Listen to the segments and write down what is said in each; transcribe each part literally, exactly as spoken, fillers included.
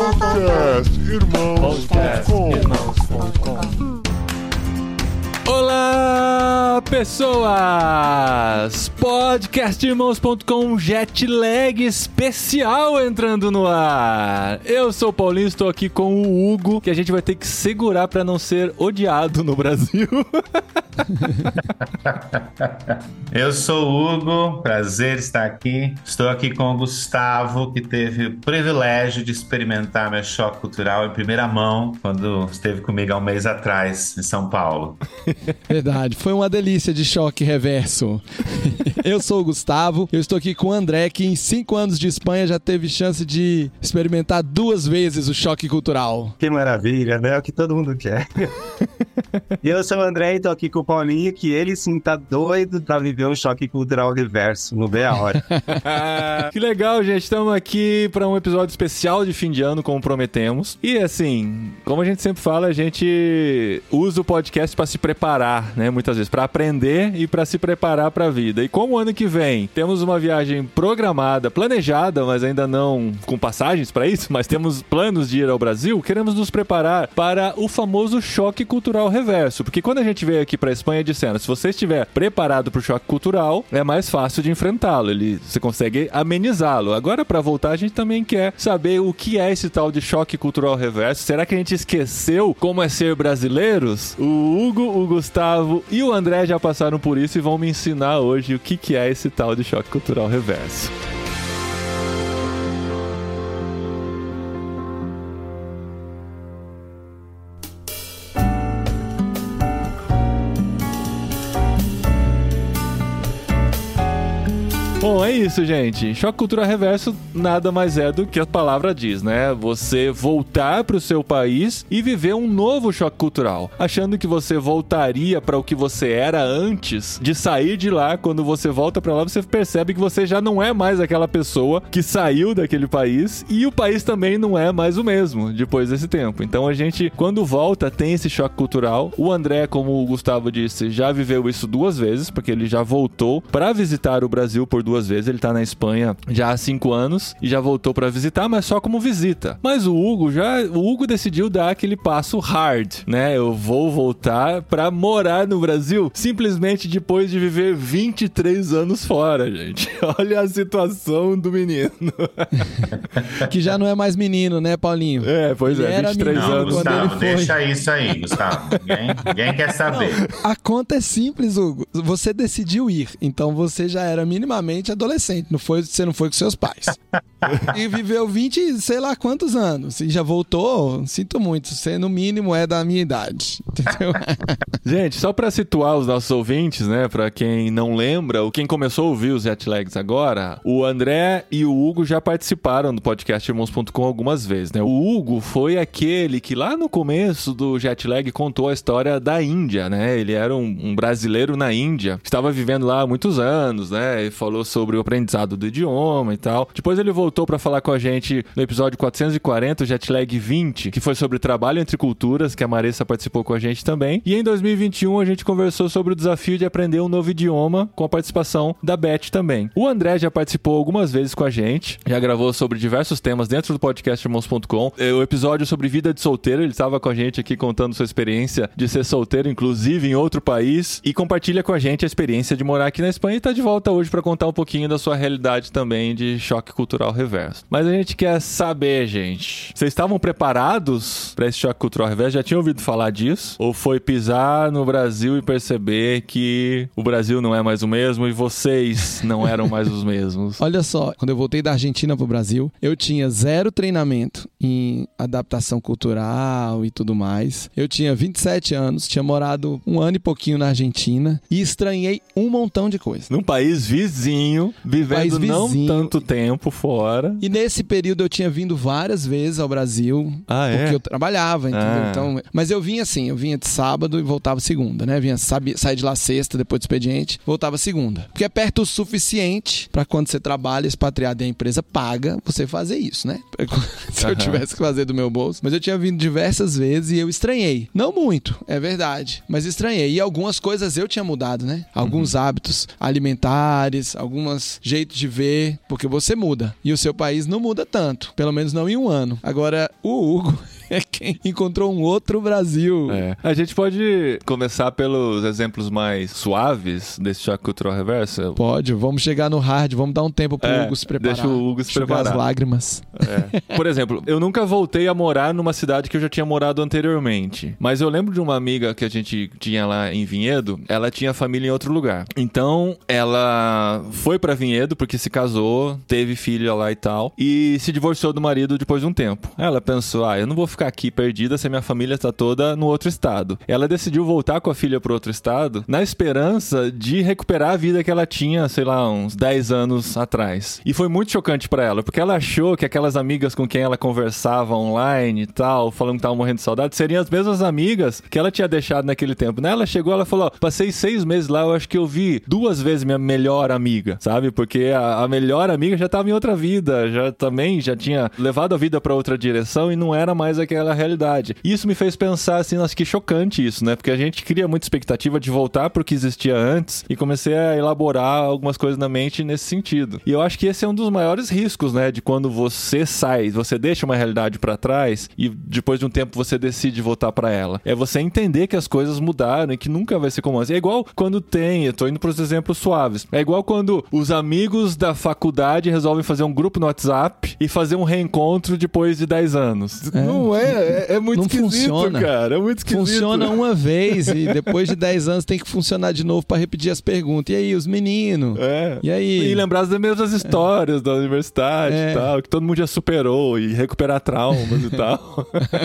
Podcast Irmãos ponto com. Olá, pessoas! podcast irmãos ponto com Jet Lag especial entrando no ar. Eu sou o Paulinho, estou aqui com o Hugo, que a gente vai ter que segurar para não ser odiado no Brasil. Eu sou o Hugo, prazer estar aqui. Estou aqui com o Gustavo, que teve o privilégio de experimentar meu choque cultural em primeira mão quando esteve comigo há um mês atrás, em São Paulo. Verdade, foi uma delícia de choque reverso. Eu sou o Gustavo, eu estou aqui com o André, que em cinco anos de Espanha já teve chance de experimentar duas vezes o choque cultural. Que maravilha, né? É o que todo mundo quer. E eu sou o André e estou aqui com o Paulinho, que ele sim tá doido pra viver um choque cultural reverso no meia hora. Que legal, gente. Estamos aqui para um episódio especial de fim de ano, como prometemos. E assim, como a gente sempre fala, a gente usa o podcast para se preparar, né? Muitas vezes, para aprender e para se preparar para a vida. E como o ano que vem temos uma viagem programada, planejada, mas ainda não com passagens para isso, mas temos planos de ir ao Brasil, queremos nos preparar para o famoso choque cultural reverso. Porque quando a gente veio aqui para a Espanha dizendo, se você estiver preparado para o choque cultural, é mais fácil de enfrentá-lo. Ele, você consegue amenizá-lo. Agora, para voltar, a gente também quer saber o que é esse tal de choque cultural reverso. Será que a gente esqueceu como é ser brasileiros? O Hugo, o Gustavo e o André já passaram por isso e vão me ensinar hoje o que, que é esse tal de choque cultural reverso. Bom, é isso, gente. Choque cultural reverso nada mais é do que a palavra diz, né? Você voltar para o seu país e viver um novo choque cultural, achando que você voltaria para o que você era antes de sair de lá. Quando você volta para lá, você percebe que você já não é mais aquela pessoa que saiu daquele país e o país também não é mais o mesmo depois desse tempo. Então a gente, quando volta, tem esse choque cultural. O André, como o Gustavo disse, já viveu isso duas vezes, porque ele já voltou para visitar o Brasil por duas vezes. Ele tá na Espanha já há cinco anos e já voltou pra visitar, mas só como visita. Mas o Hugo já, o Hugo decidiu dar aquele passo hard, né? Eu vou voltar pra morar no Brasil simplesmente depois de viver vinte e três anos fora, gente. Olha a situação do menino. Que já não é mais menino, né, Paulinho? É, pois ele é, vinte e três não, anos. Gustavo, quando ele foi. deixa isso aí, Gustavo. Ninguém, ninguém quer saber. Não, a conta é simples, Hugo. Você decidiu ir, então você já era minimamente adolescente, não foi, você não foi com seus pais. E viveu vinte, sei lá quantos anos. E já voltou, sinto muito, você no mínimo é da minha idade. Entendeu? Gente, só pra situar os nossos ouvintes, né, pra quem não lembra, ou quem começou a ouvir os Jet Lags agora, o André e o Hugo já participaram do podcast irmãos ponto com algumas vezes, né? O Hugo foi aquele que lá no começo do Jet Lag contou a história da Índia, né? Ele era um, um brasileiro na Índia, estava vivendo lá há muitos anos, né? E falou sobre o aprendizado do idioma e tal. Depois ele voltou pra falar com a gente no episódio quatrocentos e quarenta, o Jet Lag vinte, que foi sobre trabalho entre culturas, que a Marissa participou com a gente também. E em dois mil e vinte e um a gente conversou sobre o desafio de aprender um novo idioma, com a participação da Beth também. O André já participou algumas vezes com a gente, já gravou sobre diversos temas dentro do podcast irmãos ponto com. O episódio sobre vida de solteiro, ele estava com a gente aqui contando sua experiência de ser solteiro, inclusive em outro país, e compartilha com a gente a experiência de morar aqui na Espanha e tá de volta hoje para contar um pouquinho da sua realidade também de choque cultural reverso. Mas a gente quer saber, gente, vocês estavam preparados para esse choque cultural reverso? Já tinham ouvido falar disso? Ou foi pisar no Brasil e perceber que o Brasil não é mais o mesmo e vocês não eram mais os mesmos? Olha só, quando eu voltei da Argentina pro Brasil, eu tinha zero treinamento em adaptação cultural e tudo mais. Eu tinha vinte e sete anos, tinha morado um ano e pouquinho na Argentina e estranhei um montão de coisa. Num país vizinho, vivendo país não vizinho. tanto tempo fora. E nesse período eu tinha vindo várias vezes ao Brasil, Ah, é? porque eu trabalhava, entendeu? Ah. Então, mas eu vinha assim, eu vinha de sábado e voltava segunda, né? Vinha, sabe, sair de lá sexta, depois do expediente, voltava segunda. Porque é perto o suficiente pra quando você trabalha, expatriado e a empresa paga, você fazer isso, né? Se eu Aham. tivesse que fazer do meu bolso. Mas eu tinha vindo diversas vezes e eu estranhei. Não muito, é verdade, mas estranhei. E algumas coisas eu tinha mudado, né? Alguns Uhum. hábitos alimentares, alguns alguns jeitos de ver, porque você muda. E o seu país não muda tanto, pelo menos não em um ano. Agora, o Hugo é quem encontrou um outro Brasil. É. A gente pode começar pelos exemplos mais suaves desse choque cultural reverso? Pode, vamos chegar no hard, vamos dar um tempo pro É, Hugo se preparar. deixa o Hugo se enxugar preparar. as lágrimas. É. Por exemplo, eu nunca voltei a morar numa cidade que eu já tinha morado anteriormente. Mas eu lembro de uma amiga que a gente tinha lá em Vinhedo, ela tinha família em outro lugar. Então, ela foi pra Vinhedo porque se casou, teve filha lá e tal, e se divorciou do marido depois de um tempo. Ela pensou, ah, eu não vou ficar aqui perdida se a minha família tá toda no outro estado. Ela decidiu voltar com a filha pro outro estado na esperança de recuperar a vida que ela tinha, sei lá, uns dez anos atrás. E foi muito chocante pra ela, porque ela achou que aquelas amigas com quem ela conversava online e tal, falando que tava morrendo de saudade, seriam as mesmas amigas que ela tinha deixado naquele tempo, né? Ela chegou, ela falou, ó, passei seis meses lá, eu acho que eu vi duas vezes minha melhor amiga, sabe? Porque a, a melhor amiga já tava em outra vida, já também já tinha levado a vida pra outra direção e não era mais aquela realidade. E isso me fez pensar assim, nossa, que chocante isso, né? Porque a gente cria muita expectativa de voltar pro que existia antes e comecei a elaborar algumas coisas na mente nesse sentido. E eu acho que esse é um dos maiores riscos, né? De quando você sai, você deixa uma realidade pra trás e depois de um tempo você decide voltar pra ela. É você entender que as coisas mudaram e que nunca vai ser como antes. É igual quando tem, eu tô indo pros exemplos suaves, é igual quando os amigos da faculdade resolvem fazer um grupo no WhatsApp e fazer um reencontro depois de dez anos. É. Não é, é, é muito Não esquisito, funciona. cara. É muito esquisito. Funciona uma vez e depois de dez anos tem que funcionar de novo pra repetir as perguntas. E aí, os meninos? É. E aí? E lembrar das mesmas histórias é. da universidade É. e tal, que todo mundo já superou e recuperar traumas e tal.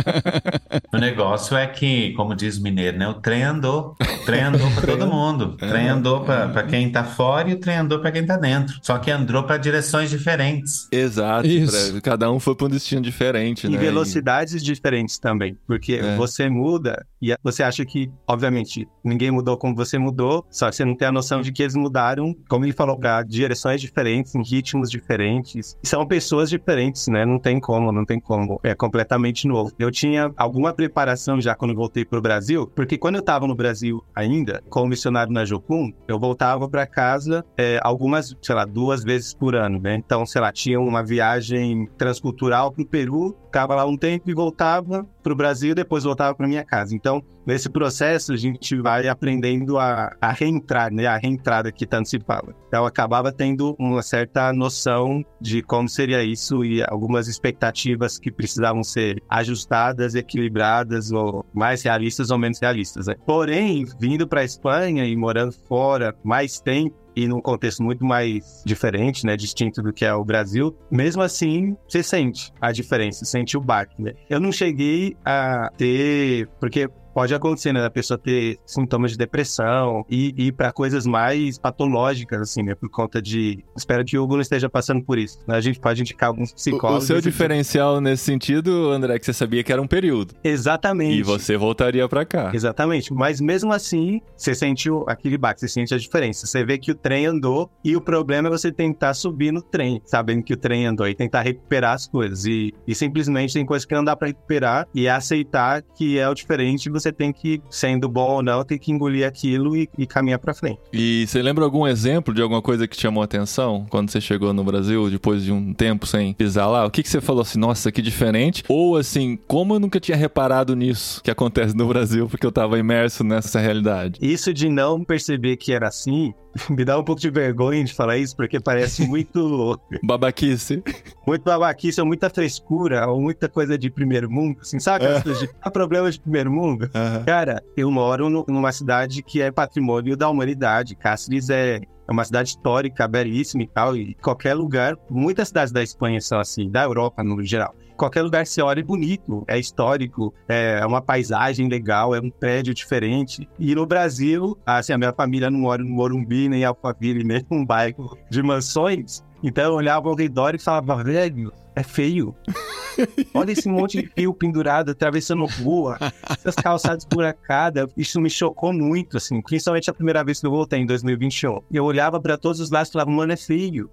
O negócio é que, como diz o mineiro, né? O trem andou. O trem andou pra todo mundo. O trem andou pra, pra quem tá fora e o trem andou pra quem tá dentro. Só que andou pra direções diferentes. Exato. Isso. pra- cada um foi pra um destino diferente, E né? velocidades diferentes também, porque É. você muda e você acha que, obviamente, ninguém mudou como você mudou, só que você não tem a noção de que eles mudaram, como ele falou, para direções diferentes, em ritmos diferentes. E são pessoas diferentes, né? Não tem como, não tem como. É completamente novo. Eu tinha alguma preparação já quando eu voltei pro Brasil, porque quando eu tava no Brasil ainda, como missionário na Jocum, eu voltava para casa é, algumas, sei lá, duas vezes por ano, né? Então, sei lá, tinha uma viagem transcultural pro Peru, ficava lá um tempo e voltava pro Brasil, depois voltava para minha casa. Então, nesse processo, a gente vai aprendendo a, a reentrar, né? A reentrada que tanto se fala. Então, eu acabava tendo uma certa noção de como seria isso e algumas expectativas que precisavam ser ajustadas, equilibradas, ou mais realistas ou menos realistas, né? Porém, vindo para a Espanha e morando fora mais tempo, e num contexto muito mais diferente, né, distinto do que é o Brasil, mesmo assim, você sente a diferença, sente o baque, né? Eu não cheguei a ter, porque pode acontecer, né, da pessoa ter sintomas de depressão e ir para coisas mais patológicas, assim, né, por conta de... Espero que o Hugo não esteja passando por isso, né? A gente pode indicar alguns O, psicólogos. o seu desse diferencial nesse sentido, André, é que você sabia que era um período. tipo. Exatamente. E você voltaria pra cá. Exatamente, mas mesmo assim, você sente o- aquele baque, você sente a diferença. Você vê que o trem andou e o problema é você tentar subir no trem, sabendo que o trem andou e tentar recuperar as coisas. E, e simplesmente tem coisas que não dá pra recuperar e é aceitar que é o diferente, você tem que, sendo bom ou não, tem que engolir aquilo e, e caminhar pra frente. E você lembra algum exemplo de alguma coisa que te chamou a atenção quando você chegou no Brasil, depois de um tempo sem pisar lá? O que, que você falou assim, nossa, que diferente? Ou assim, como eu nunca tinha reparado nisso que acontece no Brasil, porque eu tava imerso nessa realidade? Isso de não perceber que era assim, me dá um pouco de vergonha de falar isso, porque parece muito... Babaquice. muito babaquice, ou muita frescura, ou muita coisa de primeiro mundo, assim, sabe? Aquelas coisas de, ah, problema de primeiro mundo. Aham. Cara, eu moro no- numa cidade que é patrimônio da humanidade. Cáceres é, é uma cidade histórica, belíssima e tal, e qualquer lugar, muitas cidades da Espanha são assim, da Europa no geral. Qualquer lugar você olha é bonito, é histórico, é uma paisagem legal, é um prédio diferente. E no Brasil, assim, a minha família não mora no Morumbi, nem em Alphaville, nem num bairro de mansões. Então eu olhava ao redor e falava, velho, é feio. Olha esse monte de fio pendurado, atravessando rua, essas calçadas buracadas. Isso me chocou muito, assim, principalmente a primeira vez que eu voltei, em dois mil e vinte e um. E eu olhava pra todos os lados e falava, mano, é feio.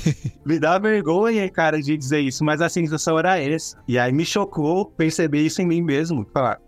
Me dá vergonha, cara, de dizer isso, mas a sensação era essa. E aí me chocou perceber isso em mim mesmo. Falar,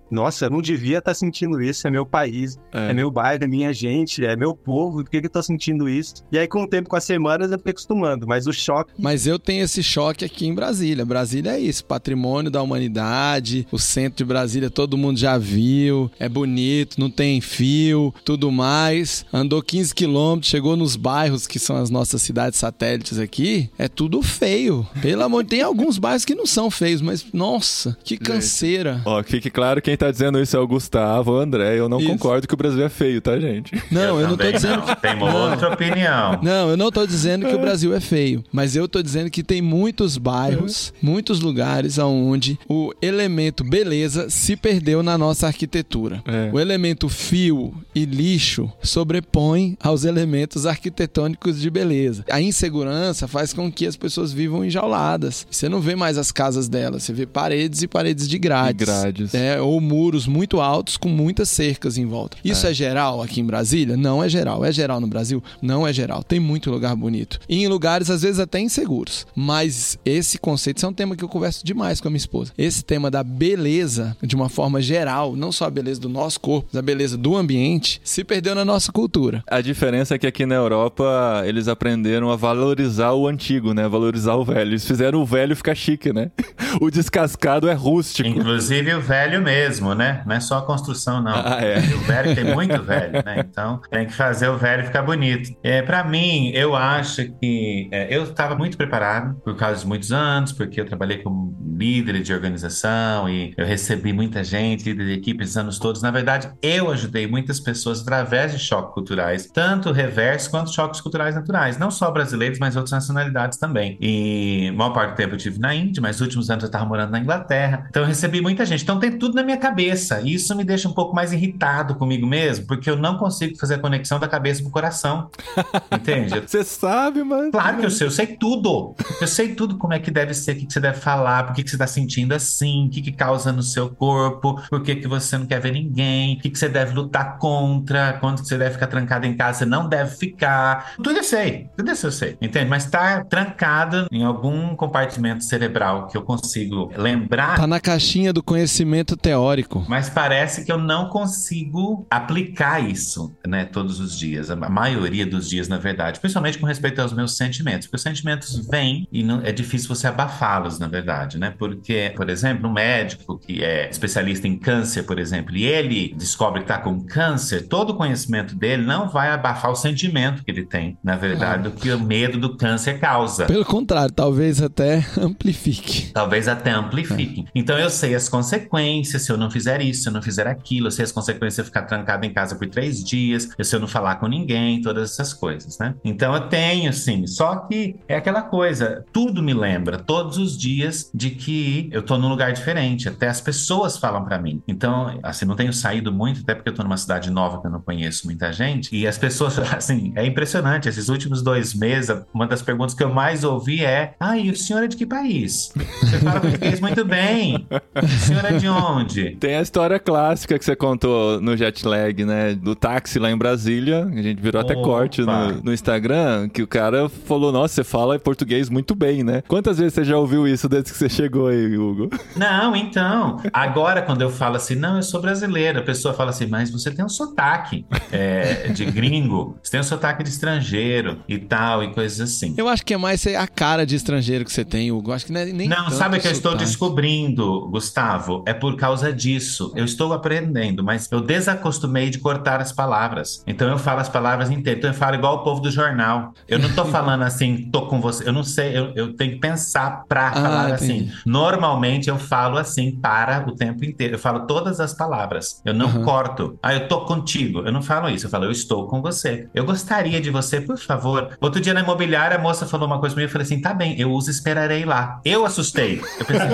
nossa, eu não devia estar sentindo isso, é meu país, é, é meu bairro, é minha gente, é meu povo, por que que eu tô sentindo isso? E aí com o tempo, com as semanas, eu fui acostumando, mas o choque... Mas eu tenho esse choque aqui em Brasília. Brasília é isso, patrimônio da humanidade, o centro de Brasília todo mundo já viu, é bonito, não tem fio, tudo mais. Andou quinze quilômetros, chegou nos bairros que são as nossas cidades satélites aqui, é tudo feio. Pelo amor de Deus, tem alguns bairros que não são feios, mas nossa, que canseira. Ó, que fique claro, quem tá dizendo isso é o Gustavo, o André. Eu não isso. concordo que o Brasil é feio, tá, gente? Não, eu, eu não tô dizendo... Não. Tem uma não. outra opinião. Não, eu não tô dizendo que o Brasil é feio, mas eu tô dizendo que tem muitos bairros, muitos lugares onde o elemento beleza se perdeu na nossa arquitetura. É. O elemento fio e lixo sobrepõe aos elementos arquitetônicos de beleza. A insegurança faz com que as pessoas vivam enjauladas. Você não vê mais as casas delas, você vê paredes e paredes de grades. De grades. É, ou muros muito altos com muitas cercas em volta. Isso é. é geral aqui em Brasília? Não é geral. É geral no Brasil? Não é geral. Tem muito lugar bonito. E em lugares, às vezes, até inseguros. Mas esse conceito, isso é um tema que eu converso demais com a minha esposa. Esse tema da beleza, de uma forma geral, não só a beleza do nosso corpo, mas a beleza do ambiente, se perdeu na nossa cultura. A diferença é que aqui na Europa, eles aprenderam a valorizar o antigo, né? Valorizar o velho. Eles fizeram o velho ficar chique, né? O descascado é rústico. Inclusive o velho mesmo, né? Não é só a construção, não. Ah, é. O velho tem muito velho, né? Então, tem que fazer o velho ficar bonito. É, pra mim, eu acho que... É, eu estava muito preparado por causa de muitos anos, porque eu trabalhei como líder de organização e eu recebi muita gente, líder de equipe, esses anos todos. Na verdade, eu ajudei muitas pessoas através de choques culturais, tanto reverso quanto choques culturais naturais. Não só brasileiros, mas outras nacionalidades também. E a maior parte do tempo eu estive na Índia, mas nos últimos anos eu estava morando na Inglaterra. Então eu recebi muita gente. Então tem tudo na minha cabeça. E isso me deixa um pouco mais irritado comigo mesmo, porque eu não consigo fazer a conexão da cabeça pro coração. Entende? Você sabe, mano. Claro que eu sei. Eu sei tudo. Eu sei tudo como é que deve ser, o que, que você deve falar, por que, que você está sentindo assim, o que, que causa no seu corpo, por que, que você não quer ver ninguém, o que, que você deve lutar contra, quando você deve ficar trancado em casa, você não deve ficar. Tudo eu sei. Tudo isso eu sei. Entende? Mas tá trancado em algum compartimento cerebral que eu consigo lembrar. Tá na caixinha do conhecimento teórico. Mas parece que eu não consigo aplicar isso, né, todos os dias. A maioria dos dias, na verdade. Principalmente com respeito aos meus sentimentos. Porque os sentimentos vêm e não, é difícil você abafá-los, na verdade, né? Porque, por exemplo, um médico que é especialista em câncer, por exemplo, e ele descobre que tá com câncer, todo o conhecimento dele não vai abafar o sentimento que ele tem, na verdade, ah. do que o medo do câncer causa. Pelo contrário, talvez até amplifique. Talvez até amplifique. Ah. Então eu sei as consequências se eu não fizer isso, se eu não fizer aquilo, eu sei as consequências se eu ficar trancado em casa por três dias, se eu não falar com ninguém, todas essas coisas, né? Então eu tenho, sim, só que é aquela coisa, tudo me lembra, todos os dias, de que eu tô num lugar diferente, até as pessoas falam pra mim. Então, assim, não tenho saído muito, até porque eu tô numa cidade nova que eu não conheço muita gente, e as pessoas, assim, é impressionante, esses últimos dois meses, uma das perguntas que eu mais ouvi é: ah, e o senhor é de que país? Você fala português muito bem. O senhor é de onde? Tem a história clássica que você contou no jet lag, né? Do táxi lá em Brasília. A gente virou Opa. até corte no, no Instagram, que o cara falou: nossa, você fala português muito bem, né? Quantas vezes você já ouviu isso desde que você chegou aí, Hugo? Não, então. Agora, quando eu falo assim, não, eu sou brasileiro, a pessoa fala assim, mas você tem um sotaque é, de gringo, você tem um sotaque de estrangeiro e tal, e coisas assim. Eu acho que é mais a cara de estrangeiro que você tem, Hugo. Acho que não é nem Não, sabe o que eu estou descobrindo, Gustavo? É por causa disso. Eu estou aprendendo, mas eu desacostumei de cortar as palavras. Então eu falo as palavras inteiras. Então eu falo igual o povo do jornal. Eu não tô falando assim, tô com você. Eu não sei, eu, eu tenho que pensar pra ah, falar entendi. assim. Normalmente eu falo assim para o tempo inteiro. Eu falo todas as palavras. Eu não uhum. corto. Ah, eu tô contigo. Eu não falo isso. Eu falo, eu estou com você. Eu gostaria de você, por favor. Outro dia na imobiliária, a moça falou uma coisa pra mim. Eu falei assim, tá bem, eu uso esperarei lá. Eu assustei. Eu pensei,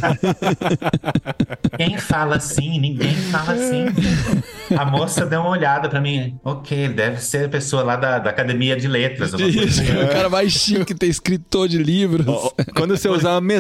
quem fala assim? Ninguém fala assim. A moça deu uma olhada pra mim. Ok, deve ser a pessoa lá da, da Academia de Letras. Isso, é. O cara mais chique, ter escritor de livros. Quando você usar mesóclise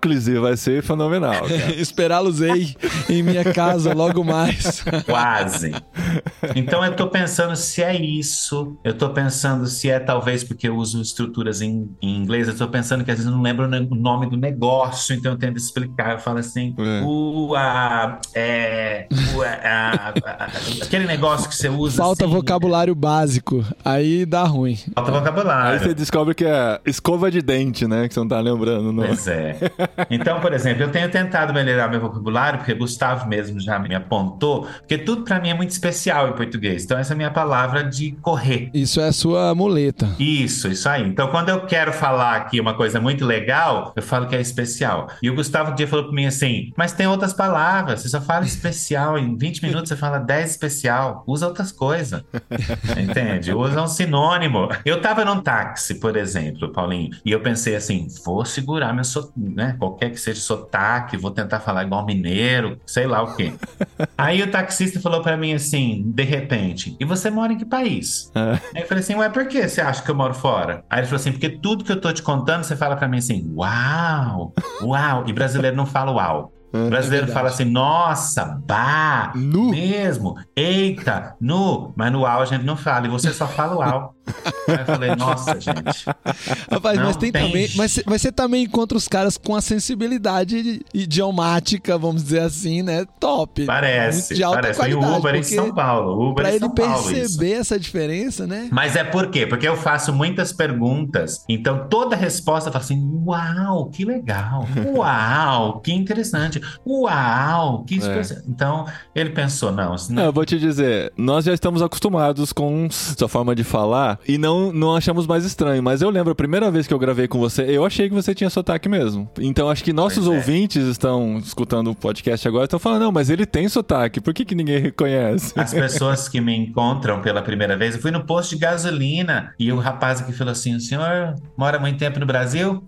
Euclise, vai ser fenomenal, cara. Esperá-los aí em minha casa logo mais. Quase. Então eu tô pensando se é isso. Eu tô pensando se é talvez porque eu uso estruturas em, em inglês. Eu tô pensando que às vezes eu não lembro o nome do negócio, então eu tento explicar. Eu falo assim, É. o, a, é, o, a, a, a, aquele negócio que você usa. Falta assim, vocabulário básico, aí dá ruim. Falta vocabulário. Aí você descobre que é escova de dente, né? Que você não tá lembrando. Não. Pois é. Então, por exemplo, eu tenho tentado melhorar meu vocabulário, porque o Gustavo mesmo já me apontou, porque tudo pra mim é muito especial em português. Então, essa é a minha palavra de correr. Isso é a sua muleta. Isso, isso aí. Então, quando eu quero falar aqui uma coisa muito legal, eu falo que é especial. E o Gustavo um dia falou pra mim assim, mas tem outras palavras, você só fala especial, em vinte minutos você fala dez especial, usa outras coisas. Entende? Usa um sinônimo. Eu tava num táxi, por exemplo, Paulinho, e eu pensei assim, vou segurar meu sotaque, né? Qualquer que seja sotaque, vou tentar falar igual mineiro, sei lá o quê. Aí o taxista falou pra mim assim, de repente, e você mora em que país? É. Aí eu falei assim, ué, por que você acha que eu moro fora? Aí ele falou assim, porque tudo que eu tô te contando, você fala pra mim assim, uau, uau, e brasileiro não fala uau. O brasileiro É fala assim, nossa, bah, Nu. mesmo, eita, nu, mas no uau a gente não fala, e você só fala uau. Aí eu falei, nossa, gente. Rapaz, Não mas tem, tem também. jeito. Mas, cê- mas você também encontra os caras com a sensibilidade idiomática, vamos dizer assim, né? Top. Parece, Muito de alta parece. Foi o qualidade, Uber em porque São Paulo, o Uber Pra em ele São Paulo, isso. perceber essa diferença, né? Mas é por quê? Porque eu faço muitas perguntas, então toda resposta fala assim, uau, que legal, uau, que interessante, uau, que interessante. Então ele pensou, não, isso Não, não eu vou te dizer, nós já estamos acostumados com sua forma de falar e não, não achamos mais estranho, mas eu lembro a primeira vez que eu gravei com você, eu achei que você tinha sotaque mesmo. Então acho que nossos Pois é. ouvintes estão escutando o podcast agora, estão falando, não, mas ele tem sotaque, por que, que ninguém reconhece? As pessoas que me encontram pela primeira vez, eu fui no posto de gasolina e o rapaz aqui falou assim, o senhor mora muito tempo no Brasil?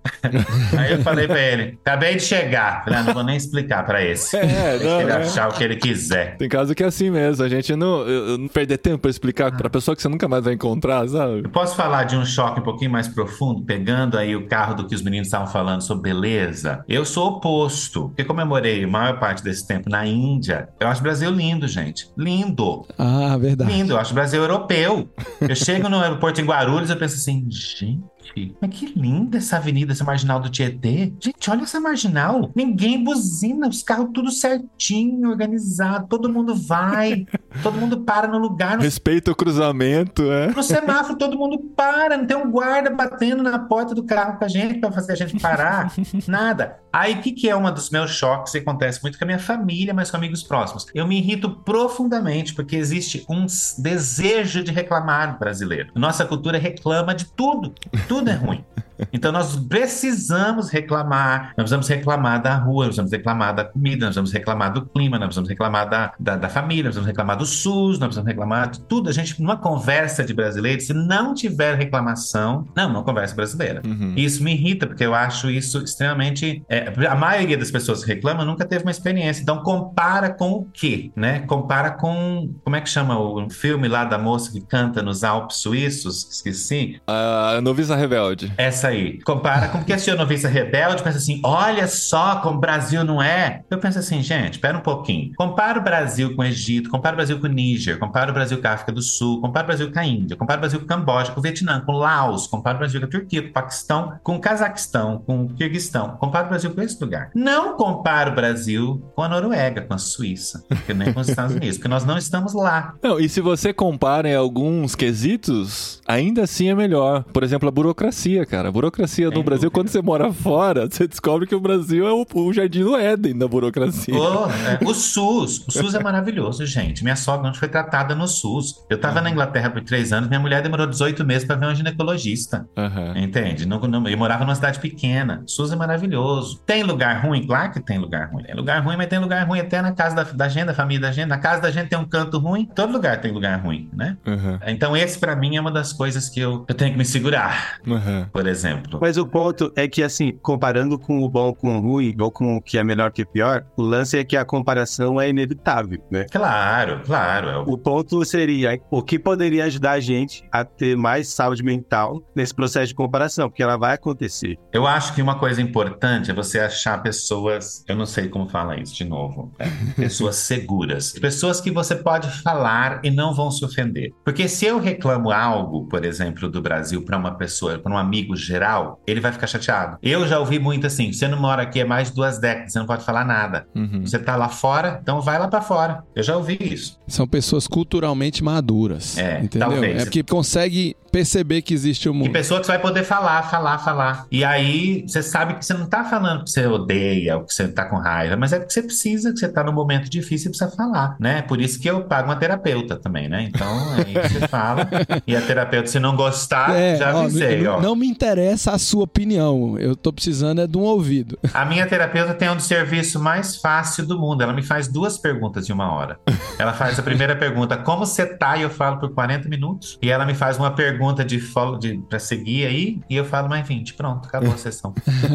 Aí eu falei pra ele, acabei de chegar. Falei, ah, não vou nem explicar pra esse. É, Deixa não, ele é. achar o que ele quiser. Tem caso que é assim mesmo, a gente não, eu- eu não perder tempo pra explicar pra pessoa que você nunca mais vai encontrar, sabe? Eu posso falar de um choque um pouquinho mais profundo, pegando aí o carro do que os meninos estavam falando sobre beleza? Eu sou oposto, porque como eu morei a maior parte desse tempo na Índia, eu acho o Brasil lindo, gente. Lindo. Ah, verdade. Lindo, eu acho o Brasil europeu. Eu chego no aeroporto em Guarulhos e eu penso assim, gente, mas que linda essa avenida, essa marginal do Tietê. Gente, olha essa marginal. Ninguém buzina, os carros tudo certinho, organizado, todo mundo vai, todo mundo para no lugar. No, Respeita o cruzamento, é. no semáforo todo mundo para, não tem um guarda batendo na porta do carro com a gente pra fazer a gente parar. Nada. Aí, o que, que é um dos meus choques que acontece muito com a minha família, mas com amigos próximos? Eu me irrito profundamente porque existe um s- desejo de reclamar do brasileiro. Nossa cultura reclama de tudo. Tudo é ruim. Então nós precisamos reclamar, nós precisamos reclamar da rua, nós precisamos reclamar da comida, nós precisamos reclamar do clima, nós precisamos reclamar da, da, da família, nós precisamos reclamar do SUS, nós precisamos reclamar de tudo. A gente, numa conversa de brasileiro, se não tiver reclamação, não, não conversa brasileira. Uhum. E isso me irrita, porque eu acho isso extremamente... é, a maioria das pessoas que reclamam nunca teve uma experiência. Então compara com o quê? Né? Compara com... Como é que chama o filme lá da moça que canta nos Alpes suíços? Esqueci. A noviça rebelde. Essa aí. Compara com porque se eu noviça rebelde, pensa assim, olha só como o Brasil não é. Eu penso assim, gente, espera um pouquinho. Compara o Brasil com o Egito, compara o Brasil com o Níger, compara o Brasil com a África do Sul, compara o Brasil com a Índia, compara o Brasil com o Camboja, com o Vietnã, com o Laos, compara o Brasil com a Turquia, com o Paquistão, com o Cazaquistão, com o Quirguistão. Compara o Brasil com esse lugar. Não compara o Brasil com a Noruega, com a Suíça, que nem com os Estados Unidos, porque nós não estamos lá. Não, e se você compara em alguns quesitos, ainda assim é melhor. Por exemplo, a burocracia, cara. A burocracia no Sem Brasil, dúvida. quando você mora fora, você descobre que o Brasil é o, o jardim do Éden da burocracia. Oh, é. O SUS, o SUS é maravilhoso, gente. Minha sogra não foi tratada no SUS. Eu tava na Inglaterra por três anos, minha mulher demorou dezoito meses para ver um ginecologista. Aham. Entende? Não, não, eu morava numa cidade pequena. O SUS é maravilhoso. Tem lugar ruim? Claro que tem lugar ruim. Tem lugar ruim, mas tem lugar ruim até na casa da, da gente, da família da gente. Na casa da gente tem um canto ruim. Todo lugar tem lugar ruim, né? Aham. Então esse pra mim é uma das coisas que eu, eu tenho que me segurar, Aham. por exemplo. exemplo. Mas o ponto é que, assim, comparando com o bom com o ruim, ou com o que é melhor que o pior, o lance é que a comparação é inevitável, né? Claro, claro. É o... O ponto seria o que poderia ajudar a gente a ter mais saúde mental nesse processo de comparação, porque ela vai acontecer. Eu acho que uma coisa importante é você achar pessoas, eu não sei como fala isso de novo, né? Pessoas seguras. Pessoas que você pode falar e não vão se ofender. Porque se eu reclamo algo, por exemplo, do Brasil para uma pessoa, para um amigo geral, ele vai ficar chateado. Eu já ouvi muito assim, você não mora aqui há mais de duas décadas, você não pode falar nada. Uhum. Você tá lá fora, então vai lá para fora. Eu já ouvi isso. São pessoas culturalmente maduras, É, entendeu? talvez. É porque consegue perceber que existe o E mundo. pessoa que você vai poder falar, falar, falar. E aí, você sabe que você não tá falando que você odeia ou que você tá com raiva, mas é porque você precisa, que você tá num momento difícil e precisa falar, né? Por isso que eu pago uma terapeuta também, né? Então, aí você fala. E a terapeuta, se não gostar, É, já ó, avisei, não, ó. não me interessa a sua opinião. Eu tô precisando é de um ouvido. A minha terapeuta tem um do serviço mais fácil do mundo. Ela me faz duas perguntas em uma hora. Ela faz a primeira pergunta, como você tá? E eu falo por quarenta minutos. E ela me faz uma pergunta de follow, de, pra seguir aí, e eu falo mais vinte. Pronto, acabou a sessão.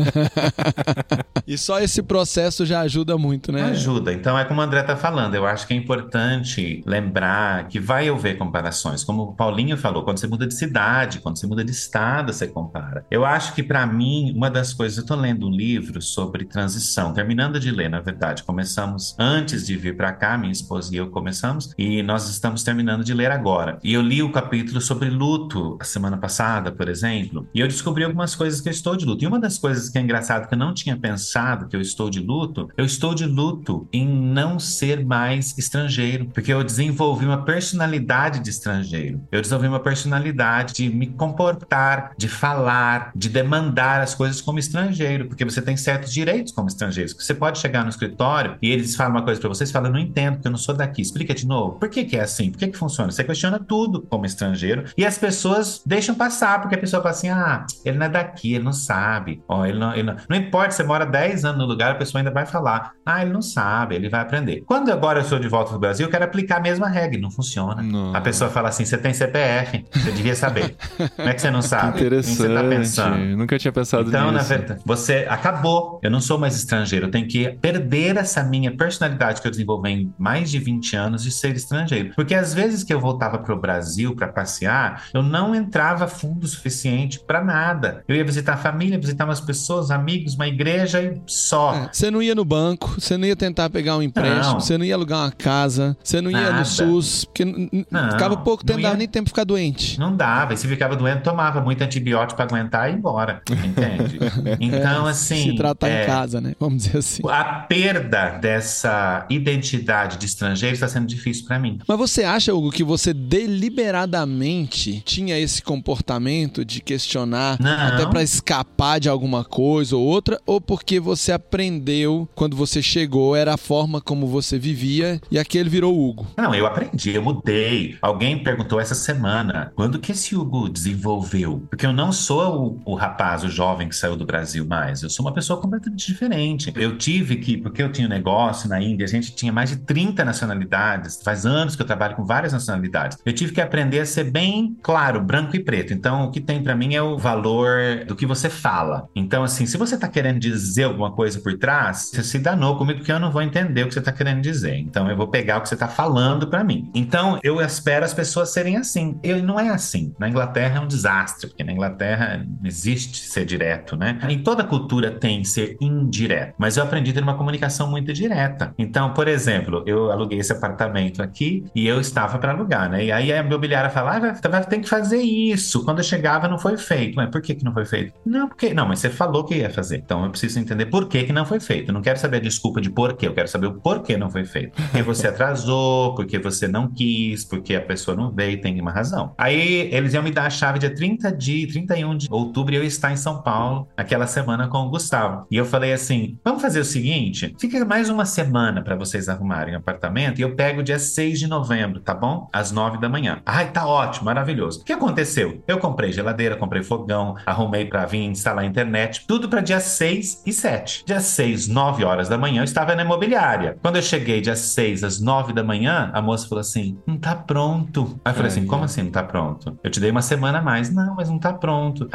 E só esse processo já ajuda muito, né? Ajuda. Então é como o André tá falando. Eu acho que é importante lembrar que vai haver comparações. Como o Paulinho falou, quando você muda de cidade, quando você muda de estado, você compara. Eu acho que pra mim, uma das coisas... Eu tô lendo um livro sobre transição, terminando de ler, na verdade. Começamos antes de vir pra cá, minha esposa e eu começamos, e nós estamos terminando de ler agora. E eu li o capítulo sobre luto a semana passada, por exemplo, e eu descobri algumas coisas que eu estou de luto. E uma das coisas que é engraçado, que eu não tinha pensado que eu estou de luto, eu estou de luto em não ser mais estrangeiro, porque eu desenvolvi uma personalidade de estrangeiro. Eu desenvolvi uma personalidade de me comportar, de falar, de demandar as coisas como estrangeiro, porque você tem certos direitos como estrangeiro. Você pode chegar no escritório e eles falam uma coisa pra você, você fala, eu não entendo, porque eu não sou daqui. Explica de novo. Por que que é assim? Por que que funciona? Você questiona tudo como estrangeiro e as pessoas deixam passar, porque a pessoa fala assim, ah, ele não é daqui, ele não sabe. Ó, ele não, ele não... não importa, você mora dez anos no lugar, a pessoa ainda vai falar, ah, ele não sabe, ele vai aprender. Quando agora eu sou de volta do Brasil, eu quero aplicar a mesma regra, não funciona. Não. A pessoa fala assim, você tem C P F, você devia saber. Como é que você não sabe? Que O que você tá interessante. pensando? Nunca tinha pensado Então, nisso. na verdade, você acabou. Eu não sou mais estrangeiro. Eu tenho que perder essa minha personalidade que eu desenvolvi em mais de vinte anos de ser estrangeiro. Porque às vezes que eu voltava pro Brasil para passear, eu não entrava fundo o suficiente para nada. Eu ia visitar a família, visitar umas pessoas, amigos, uma igreja e só. É, você não ia no banco, você não ia tentar pegar um empréstimo, Não. você não ia alugar uma casa, você não ia Nada. no SUS, porque n- n- Não, ficava pouco tempo, não dava ia. nem tempo de ficar doente. Não dava. E se ficava doente, tomava muito antibiótico para aguentar e ir embora. Entende? Então, É, assim... se tratar é, em casa, né? Vamos dizer assim. a perda dessa identidade de estrangeiro está sendo difícil para mim. Mas você acha, Hugo, que você deliberadamente tinha esse comportamento de questionar Não. até pra escapar de alguma coisa ou outra, ou porque você aprendeu quando você chegou, era a forma como você vivia e aquele virou o Hugo? Não, eu aprendi, eu mudei. Alguém perguntou essa semana, quando que esse Hugo desenvolveu? Porque eu não sou o, o rapaz, o jovem que saiu do Brasil mais. Eu sou uma pessoa completamente diferente. Eu tive que, porque eu tinha um negócio na Índia, a gente tinha mais de trinta nacionalidades. Faz anos que eu trabalho com várias nacionalidades. Eu tive que aprender a ser bem claro, branco e preto. Então, o que tem pra mim é o valor do que você fala. Então, assim, se você tá querendo dizer alguma coisa por trás, você se danou comigo porque eu não vou entender o que você tá querendo dizer. Então, eu vou pegar o que você tá falando pra mim. Então, eu espero as pessoas serem assim. Eu, não é assim. Na Inglaterra é um desastre, porque na Inglaterra não existe ser direto, né? Em toda cultura tem ser indireto. Mas eu aprendi a ter uma comunicação muito direta. Então, por exemplo, eu aluguei esse apartamento aqui e eu estava para alugar, né? E aí a imobiliária fala, ah, vai, vai ter que fazer isso. Quando eu chegava não foi feito. Mas por que que não foi feito? Não, porque... Não, mas você falou que ia fazer. Então eu preciso entender por que que não foi feito. Eu não quero saber a desculpa de por quê. Eu quero saber o porquê não foi feito. Porque você atrasou, porque você não quis, porque a pessoa não veio, tem uma razão. Aí eles iam me dar a chave dia trinta de, trinta e um de outubro e eu ia estar em São Paulo aquela semana com o Gustavo. E eu falei assim, vamos fazer o seguinte, fica mais uma semana para vocês arrumarem o apartamento e eu pego dia seis de novembro, tá bom? Às nove da manhã. Ai, tá ótimo, maravilhoso. O que aconteceu? Eu comprei geladeira, comprei fogão, arrumei para vir instalar a internet, tudo para dia seis e sete. Dia seis, nove horas da manhã, eu estava na imobiliária. Quando eu cheguei dia seis às nove da manhã, a moça falou assim, não tá pronto. Aí eu falei assim, como assim não tá pronto? Eu te dei uma semana a mais. Não, mas não tá pronto. Aí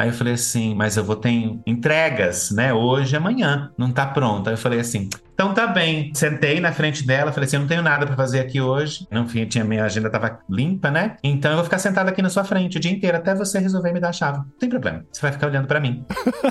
eu falei assim, mas eu vou ter entregas, né? Hoje e amanhã. Não tá pronto. Aí eu falei assim, então tá bem. Sentei na frente dela, falei assim, eu não tenho nada pra fazer aqui hoje. Não, enfim, tinha, minha agenda tava limpa, né? Então eu vou ficar sentado aqui na sua frente o dia inteiro, até você resolver me dar a chave. Não tem problema. Você vai ficar olhando pra mim.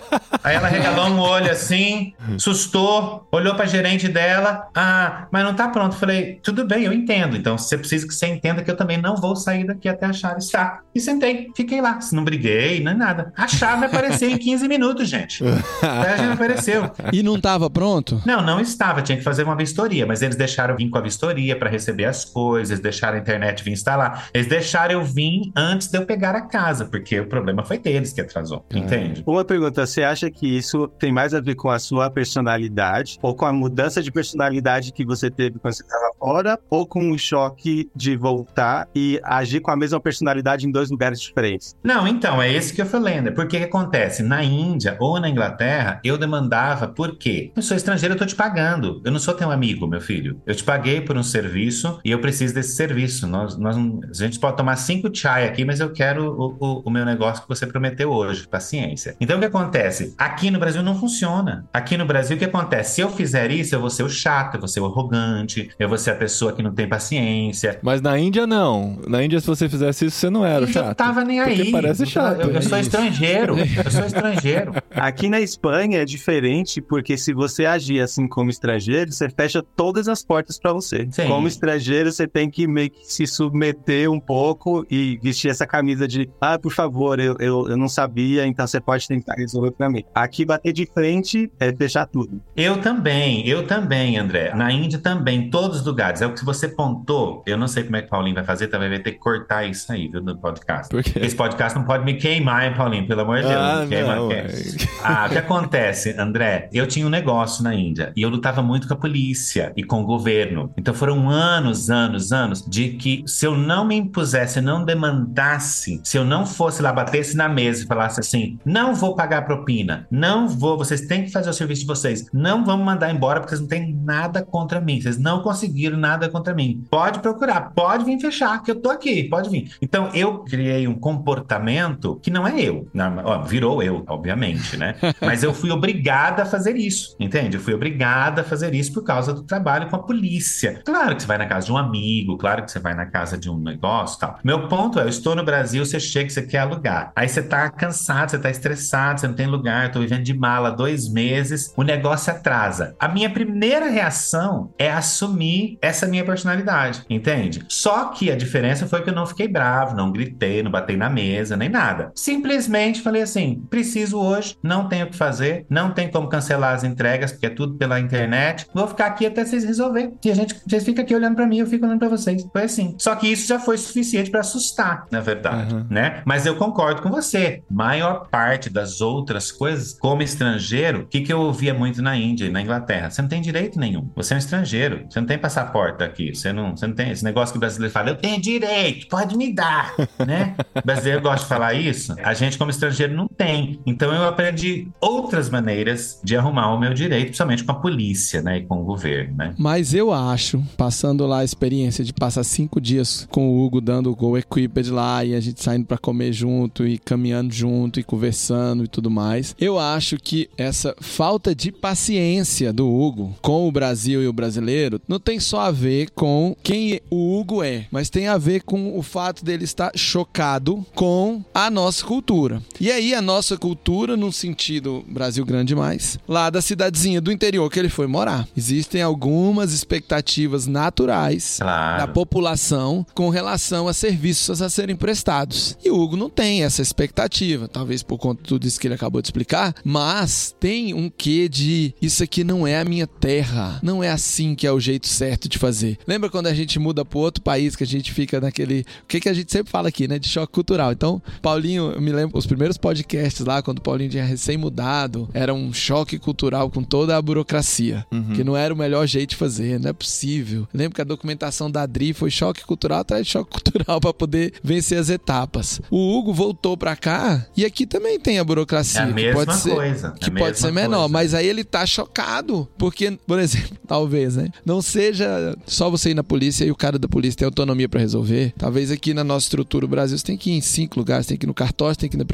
Aí ela regalou um olho assim, assustou, olhou pra gerente dela. Ah, mas não tá pronto. Eu falei, tudo bem, eu entendo. Então você precisa que você entenda que eu também não vou sair daqui até a chave estar. E sentei, fiquei lá. Não briguei, nem nada. A chave apareceu em quinze minutos, gente. A chave apareceu. E não tava pronto? Não, não estava. Tinha que fazer uma vistoria. Mas eles deixaram eu vir com a vistoria pra receber as coisas. Eles deixaram a internet vir instalar. Eles deixaram eu vir antes de eu pegar a casa. Porque o problema foi deles que atrasou. É. Entende? Uma pergunta. Você acha que isso tem mais a ver com a sua personalidade? Ou com a mudança de personalidade que você teve quando você estava fora? Ou com o choque de voltar e agir com a mesma personalidade em dois lugares diferentes? Não, então, é esse que eu falei, né? Porque o que acontece? Na Índia ou na Inglaterra, eu demandava por quê? Eu sou estrangeiro, eu tô te pagando. Eu não sou teu amigo, meu filho. Eu te paguei por um serviço e eu preciso desse serviço. Nós, nós, a gente pode tomar cinco chai aqui, mas eu quero o, o, o meu negócio que você prometeu hoje. Paciência. Então, o que acontece? Aqui no Brasil não funciona. Aqui no Brasil, o que acontece? Se eu fizer isso, eu vou ser o chato, eu vou ser o arrogante, eu vou ser a pessoa que não tem paciência. Mas na Índia, não. Na Índia, se você fizesse isso, você não era o chato. Eu tava nem aí. Porque parece chato. Eu, eu sou estrangeiro. Eu sou estrangeiro. Aqui na Espanha é diferente, porque se você agir assim como estrangeiro, você fecha todas as portas pra você. Sim. Como estrangeiro, você tem que meio que se submeter um pouco e vestir essa camisa de ah, por favor, eu, eu, eu não sabia, então você pode tentar resolver pra mim. Aqui, bater de frente é fechar tudo. Eu também, eu também, André. Na Índia também, em todos os lugares. É o que você pontou, eu não sei como é que o Paulinho vai fazer, talvez vai ter que cortar isso aí, viu, do podcast. Por quê? Esse podcast não pode me queimar, hein, Paulinho? Pelo amor de Deus. Ah, me queima, não, queima. é. Ah, o que acontece, André? Eu tinha um negócio na Índia e eu lutava muito com a polícia e com o governo. Então foram anos, anos, anos de que se eu não me impusesse, não demandasse, se eu não fosse lá, batesse na mesa e falasse assim, não vou pagar propina, não vou, vocês têm que fazer o serviço de vocês, não vamos mandar embora porque vocês não têm nada contra mim, vocês não conseguiram nada contra mim. Pode procurar, pode vir fechar, que eu tô aqui, pode vir. Então eu criei um comportamento que não é eu, não, ó, virou eu, obviamente, né? Mas eu fui obrigada a fazer isso, entende? Eu fui obrigada a fazer isso por causa do trabalho com a polícia. Claro que você vai na casa de um amigo, claro que você vai na casa de um negócio e tal. Meu ponto é, eu estou no Brasil, você chega, você quer alugar. Aí você tá cansado, você tá estressado, você não tem lugar, eu tô vivendo de mala dois meses, o negócio atrasa. A minha primeira reação é assumir essa minha personalidade, entende? Só que a diferença foi que eu não fiquei bravo, não gritei, não batei na mesa, nem nada. Simplesmente falei assim, preciso hoje, não tenho o que fazer, não tem como cancelar as entregas, porque é tudo pela internet, vou ficar aqui até vocês resolverem. E a gente, vocês ficam aqui olhando pra mim, eu fico olhando pra vocês. Foi assim. Só que isso já foi suficiente pra assustar, na verdade, uhum. né? Mas eu concordo com você. Maior parte das outras coisas, como estrangeiro, o que, que eu ouvia muito na Índia e na Inglaterra? Você não tem direito nenhum. Você é um estrangeiro. Você não tem passaporte aqui. Você não, você não tem esse negócio que o brasileiro fala, eu tenho direito, pode me dar, né? O brasileiro gosta de falar isso. A gente, como estrangeiro, não tem. Então eu aprendi outras maneiras de arrumar o meu direito, principalmente com a polícia, né? E com o governo, né? Mas eu acho, passando lá a experiência de passar cinco dias com o Hugo dando o Go Equipped lá e a gente saindo pra comer junto e caminhando junto e conversando e tudo mais, eu acho que essa falta de paciência do Hugo com o Brasil e o brasileiro não tem só a ver com quem o Hugo é, mas tem a ver com o fato dele estar chocado com a nossa cultura. E aí a nossa cultura, no sentido Brasil grande demais, lá da cidadezinha do interior que ele foi morar. Existem algumas expectativas naturais claro. da população com relação a serviços a serem prestados. E o Hugo não tem essa expectativa, talvez por conta de tudo isso que ele acabou de explicar, mas tem um quê de isso aqui não é a minha terra, não é assim que é o jeito certo de fazer. Lembra quando a gente muda para outro país que a gente fica naquele, o que que a gente sempre fala aqui, né, de choque cultural. Então, Paulinho, eu me lembro os primeiros podcasts lá, quando o Paulinho tinha recém-mudado, era um choque cultural com toda a burocracia, uhum. que não era o melhor jeito de fazer, não é possível. Eu lembro que a documentação da Adri foi choque cultural atrás de choque cultural para poder vencer as etapas. O Hugo voltou para cá e aqui também tem a burocracia, é a que mesma pode ser, coisa, que é pode ser menor, coisa. mas aí ele tá chocado, porque, por exemplo, talvez, né, não seja só você ir na polícia e o cara da polícia tem autonomia para resolver. Talvez aqui na nossa estrutura, o Brasil, você tem que ir em cinco lugares, tem que ir no cartório, tem que ir na prefeitura,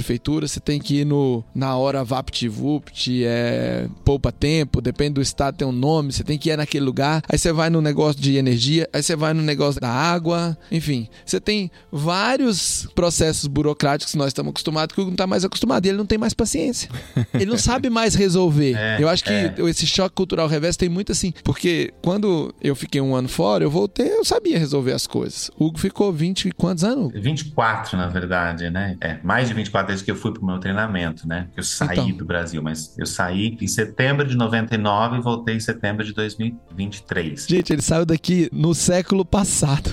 prefeitura, você tem que ir no, na hora VaptVupt, é, poupa tempo, depende do estado, tem um nome, você tem que ir naquele lugar, aí você vai no negócio de energia, aí você vai no negócio da água, enfim, você tem vários processos burocráticos que nós estamos acostumados, que o Hugo não está mais acostumado, e ele não tem mais paciência. Ele não sabe mais resolver. É, eu acho que é. esse choque cultural reverso tem muito assim, porque quando eu fiquei um ano fora, eu voltei, eu sabia resolver as coisas. O Hugo ficou vinte e quantos anos? vinte e quatro, na verdade, né? É, mais de vinte e quatro desde que eu fui pro meu treinamento, né? Eu saí então. do Brasil, mas eu saí em setembro de noventa e nove e voltei em setembro de dois mil e vinte e três. Gente, ele saiu daqui no século passado,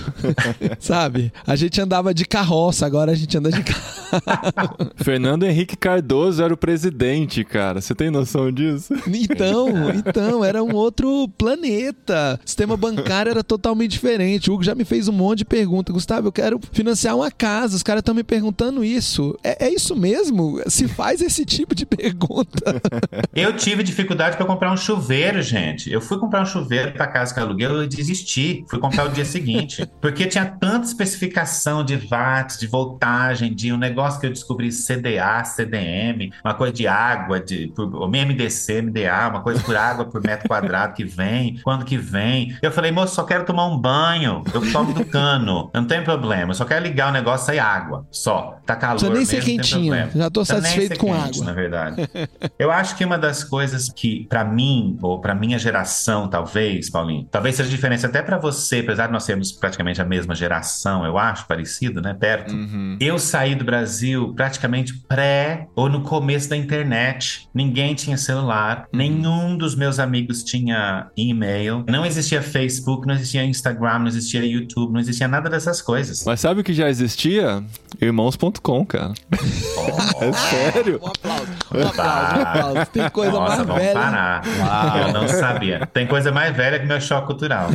sabe? A gente andava de carroça, agora a gente anda de carro. Fernando Henrique Cardoso era o presidente, cara. Você tem noção disso? Então, então, era um outro planeta. O sistema bancário era totalmente diferente. O Hugo já me fez um monte de perguntas. Gustavo, eu quero financiar uma casa. Os caras estão me perguntando isso. É, é isso mesmo? Se faz esse tipo de pergunta. Eu tive dificuldade para comprar um chuveiro, gente. Eu fui comprar um chuveiro para casa que eu aluguei, eu desisti. Fui comprar o dia seguinte. Porque tinha tanta especificação de watts, de voltagem, de um negócio que eu descobri C D A, C D M, uma coisa de água, de por, M D C, M D A, uma coisa por água por metro quadrado que vem, quando que vem. Eu falei, moço, só quero tomar um banho. Eu tomo do cano. Não tem problema. Eu só quero ligar o negócio e sair água. Só. Tá calor mesmo, nem ser quentinho. Já tô Precisa satisfeito com quente, água. Na verdade. Eu acho que uma das coisas que, pra mim, ou pra minha geração, talvez, Paulinho, talvez seja diferença até pra você, apesar de nós sermos praticamente a mesma geração, eu acho, parecido, né? Perto. Uhum. Eu saí do Brasil praticamente pré ou no começo da internet. Ninguém tinha celular, uhum. nenhum dos meus amigos tinha e-mail, não existia Facebook, não existia Instagram, não existia YouTube, não existia nada dessas coisas. Mas sabe o que já existia? irmãos ponto com, cara. Oh. É sério? Um aplauso, um aplauso, um aplauso. Tem coisa Nossa, mais vamos velha. parar. Uau. Eu não sabia. Tem coisa mais velha que meu choque cultural.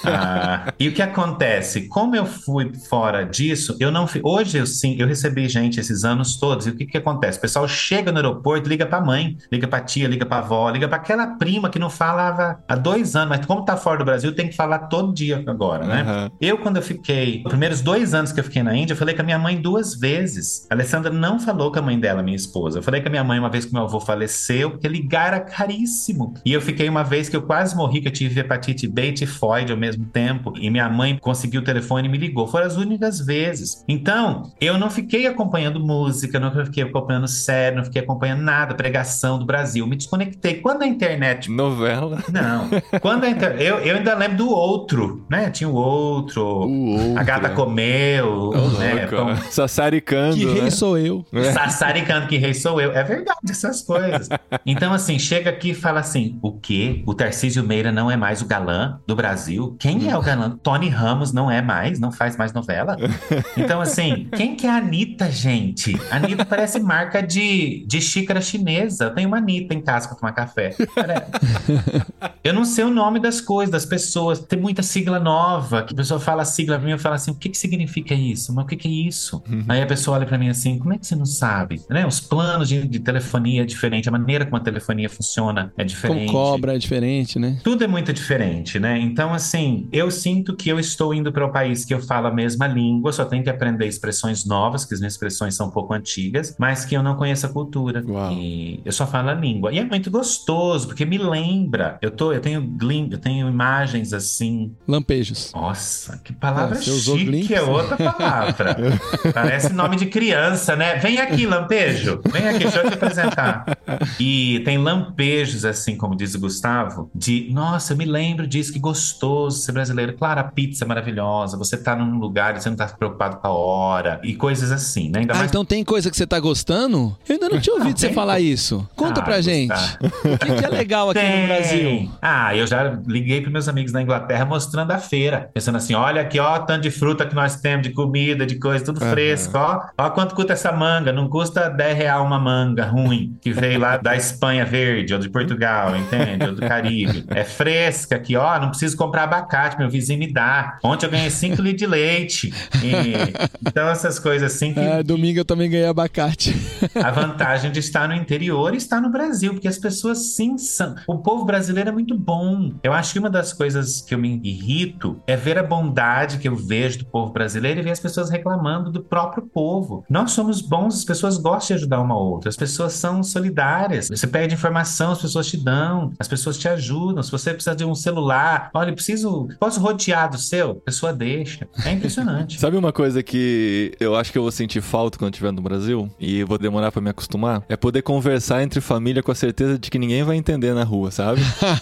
Ah, e o que acontece? Como eu fui fora disso, eu não fui... Hoje eu sim, eu recebi gente esses anos todos. E o que que acontece? O pessoal chega no aeroporto, liga pra mãe, liga pra tia, liga pra avó, liga pra aquela prima que não falava há dois anos, mas como tá fora do Brasil, tem que falar todo dia agora, né? Uhum. Eu, quando eu fiquei, os primeiros dois anos que eu fiquei na Índia, eu falei com a minha mãe duas vezes. A Alessandra não falou com a mãe dela, minha esposa. Eu falei com a minha mãe uma vez que meu avô faleceu, porque ligar era caríssimo. E eu fiquei uma vez que eu quase morri, que eu tive hepatite B e tifoide ao mesmo tempo. E minha mãe conseguiu o telefone e me ligou. Foram as únicas vezes. Então, eu não fiquei acompanhando música, não fiquei acompanhando série, não fiquei acompanhando nada, pregação do Brasil. Me desconectei. Quando a internet... Novela? Não. Quando a inter... eu, eu ainda lembro do Outro, né? Tinha o Outro, o outro. A Gata Comeu, oh, né? Então... Sassaricando, Que rei né? sou eu. É. Sassaricando, que rei sou eu. É verdade, essas coisas. Então, assim, chega aqui e fala assim, o quê? O Tarcísio Meira não é mais o galã do Brasil? Quem é o galã? Tony Ramos não é mais? Não faz mais novela? Então, assim, quem que é a Anitta, gente? A Anitta parece marca de, de xícara chinesa. Eu tenho uma Anitta em casa pra tomar café. Eu não sei o nome das coisas, das pessoas. Tem muita sigla nova, que a pessoa fala a sigla pra mim e fala assim, o que que significa isso? Mas o que que é isso? Uhum. Aí a pessoa olha pra mim assim, como é que você não sabe? Né? Os planos de, de telefonia é diferente, a maneira como a telefonia funciona é diferente. Como cobra é diferente, né? Tudo é muito diferente, né? Então, assim, eu sinto que eu estou indo para o país que eu falo a mesma língua, só tenho que aprender expressões novas, que as minhas expressões são um pouco antigas, mas que eu não conheço a cultura. Uau. E eu só falo a língua. E é muito gostoso, porque me lembra. Eu, tô, eu, tenho, glim, eu tenho imagens assim... Lampejos. Nossa, que palavra ah, chique, é outra palavra. Parece nome de criança, né? Vem aqui, lampejo. Vem aqui, deixa eu te apresentar. E tem lampejos, assim, como diz o Gustavo, de, nossa, eu me lembro disso, que gostoso ser brasileiro. Claro, a pizza é maravilhosa, você tá num lugar e você não tá preocupado com a hora, e coisas assim, né? Ainda ah, mais... então tem coisa que você tá gostando? Eu ainda não tinha ouvido não, você falar isso. Conta ah, pra gente. O que, que é legal aqui tem. no Brasil? Ah, eu já liguei pros meus amigos na Inglaterra mostrando a feira, pensando assim, olha aqui, ó, tanto de fruta que nós temos, de comida, de coisa, tudo uhum. fresco, ó. Ó quanto custa essa manga, não custa dez reais uma manga ruim, que veio lá da Espanha verde, ou de Portugal, entende? Ou do Caribe. É fresca aqui, ó, não preciso comprar abacate, meu vizinho me dá. Ontem eu ganhei cinco litros de leite. E... Então essas coisas assim que... É, domingo eu também ganhei abacate. A vantagem de estar no interior e estar no Brasil, porque as pessoas sim são... O povo brasileiro é muito bom. Eu acho que uma das coisas que eu me irrito é ver a bondade que eu vejo do povo brasileiro e ver as pessoas reclamando do próprio povo. Nós somos bons irmãos, as pessoas gostam de ajudar uma a outra, as pessoas são solidárias. Você pede informação, as pessoas te dão, as pessoas te ajudam. Se você precisa de um celular, olha, preciso, posso rotear do seu? A pessoa deixa. É impressionante. Sabe uma coisa que eu acho que eu vou sentir falta quando estiver no Brasil, e vou demorar pra me acostumar? É poder conversar entre família com a certeza de que ninguém vai entender na rua, sabe?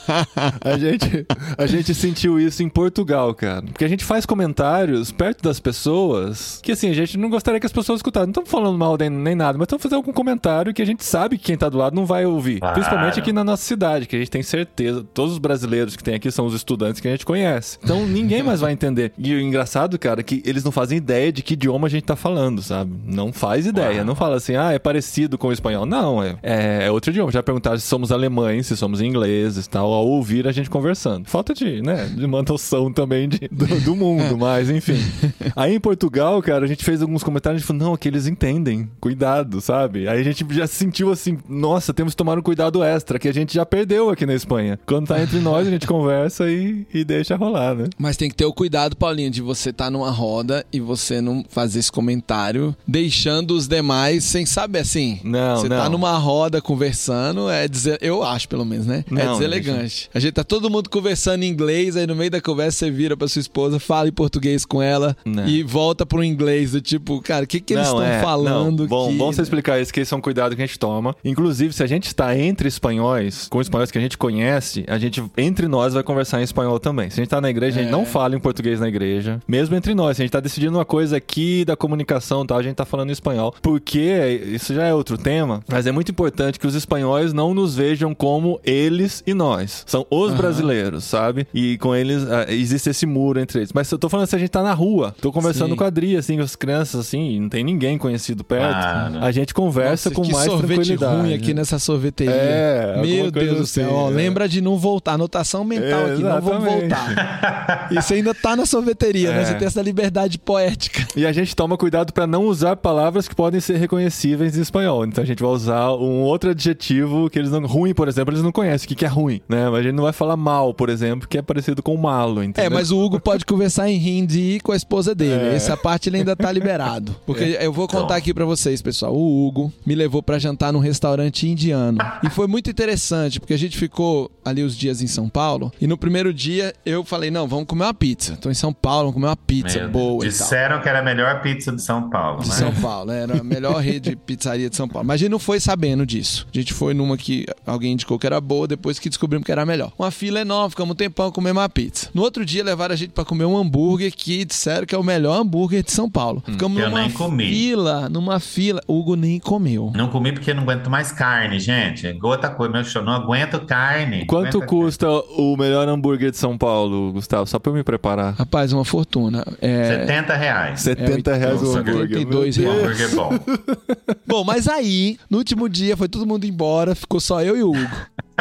a, gente, a gente sentiu isso em Portugal, cara. Porque a gente faz comentários perto das pessoas que, assim, a gente não gostaria que as pessoas escutassem. Não estamos falando mal nem, nem nada, mas estamos fazendo algum comentário que a gente sabe que quem tá do lado não vai ouvir. Claro. Principalmente aqui na nossa cidade, que a gente tem certeza, todos os brasileiros que tem aqui são os estudantes que a gente conhece. Então ninguém mais vai entender. E o engraçado, cara, é que eles não fazem ideia de que idioma a gente tá falando, sabe? Não faz ideia. Não fala assim, ah, é parecido com o espanhol. Não, é, é outro idioma. Já perguntaram se somos alemães, se somos ingleses e tal, ao ouvir a gente conversando. Falta de, né, de uma noção também de, do, do mundo, mas enfim. Aí em Portugal, cara, a gente fez alguns comentários e a gente falou, não, que eles entendem. Cuidado, sabe? Aí a gente já sentiu assim, nossa, temos que tomar um cuidado extra, que a gente já perdeu aqui na Espanha. Quando tá entre nós, a gente conversa e, e deixa rolar, né? Mas tem que ter o cuidado, Paulinho, de você estar tá numa roda e você não fazer esse comentário deixando os demais sem saber, assim. Não, você não. tá numa roda conversando, é dizer, eu acho pelo menos, né? Não, é deselegante. A gente tá todo mundo conversando em inglês, aí no meio da conversa você vira pra sua esposa, fala em português com ela não. e volta pro inglês, do tipo, cara, o que que eles estão é, falando? Não. Bom, que... bom você explicar isso, que esse é um cuidado que a gente toma. Inclusive, se a gente está entre espanhóis, com espanhóis que a gente conhece, a gente, entre nós, vai conversar em espanhol também. Se a gente tá na igreja, é. a gente não fala em português na igreja. Mesmo entre nós, se a gente tá decidindo uma coisa aqui da comunicação e tal, a gente tá falando em espanhol. Porque, isso já é outro tema, mas é muito importante que os espanhóis não nos vejam como eles e nós. São os uhum. brasileiros, sabe? E com eles, uh, existe esse muro entre eles. Mas eu tô falando se a gente tá na rua, tô conversando Sim. com a Adri, assim, com as crianças, assim, não tem ninguém conhecido perto. Ah, a gente conversa Nossa, com mais tranquilidade. Que sorvete ruim aqui nessa sorveteria. É, meu Deus do céu. Assim, ó, é. Lembra de não voltar. Anotação mental é, aqui, não vamos voltar. E você ainda tá na sorveteria, é. né? Você tem essa liberdade poética. E a gente toma cuidado pra não usar palavras que podem ser reconhecíveis em espanhol. Então a gente vai usar um outro adjetivo que eles não... Ruim, por exemplo, eles não conhecem. O que, que é ruim, né? Mas a gente não vai falar mal, por exemplo, que é parecido com malo, entendeu? É, mas o Hugo pode conversar em hindi com a esposa dele. É. Essa parte ele ainda tá liberado. Porque é. eu vou contar aqui pra vocês, pessoal. O Hugo me levou pra jantar num restaurante indiano. E foi muito interessante, porque a gente ficou ali os dias em São Paulo. E no primeiro dia eu falei, não, vamos comer uma pizza. Tô em São Paulo, vamos comer uma pizza Meu boa Deus. e tal. Disseram que era a melhor pizza de São Paulo, De né? São Paulo, né? Era a melhor rede de pizzaria de São Paulo. Mas a gente não foi sabendo disso. A gente foi numa que alguém indicou que era boa, depois que descobrimos que era melhor. Uma fila enorme, ficamos um tempão comendo uma pizza. No outro dia levaram a gente pra comer um hambúrguer que disseram que é o melhor hambúrguer de São Paulo. Ficamos eu numa nem comi. fila, numa fila. O Hugo nem comeu. Não comi porque não aguento mais carne, gente. Outra coisa, meu show, não aguento carne. Quanto aguento custa carne. O melhor hambúrguer de São Paulo, Gustavo? Só pra eu me preparar. Rapaz, uma fortuna. É... setenta reais. setenta é, reais o hambúrguer. setenta e dois reais. O hambúrguer é bom. Bom, mas aí, no último dia, foi todo mundo embora, ficou só eu e o Hugo.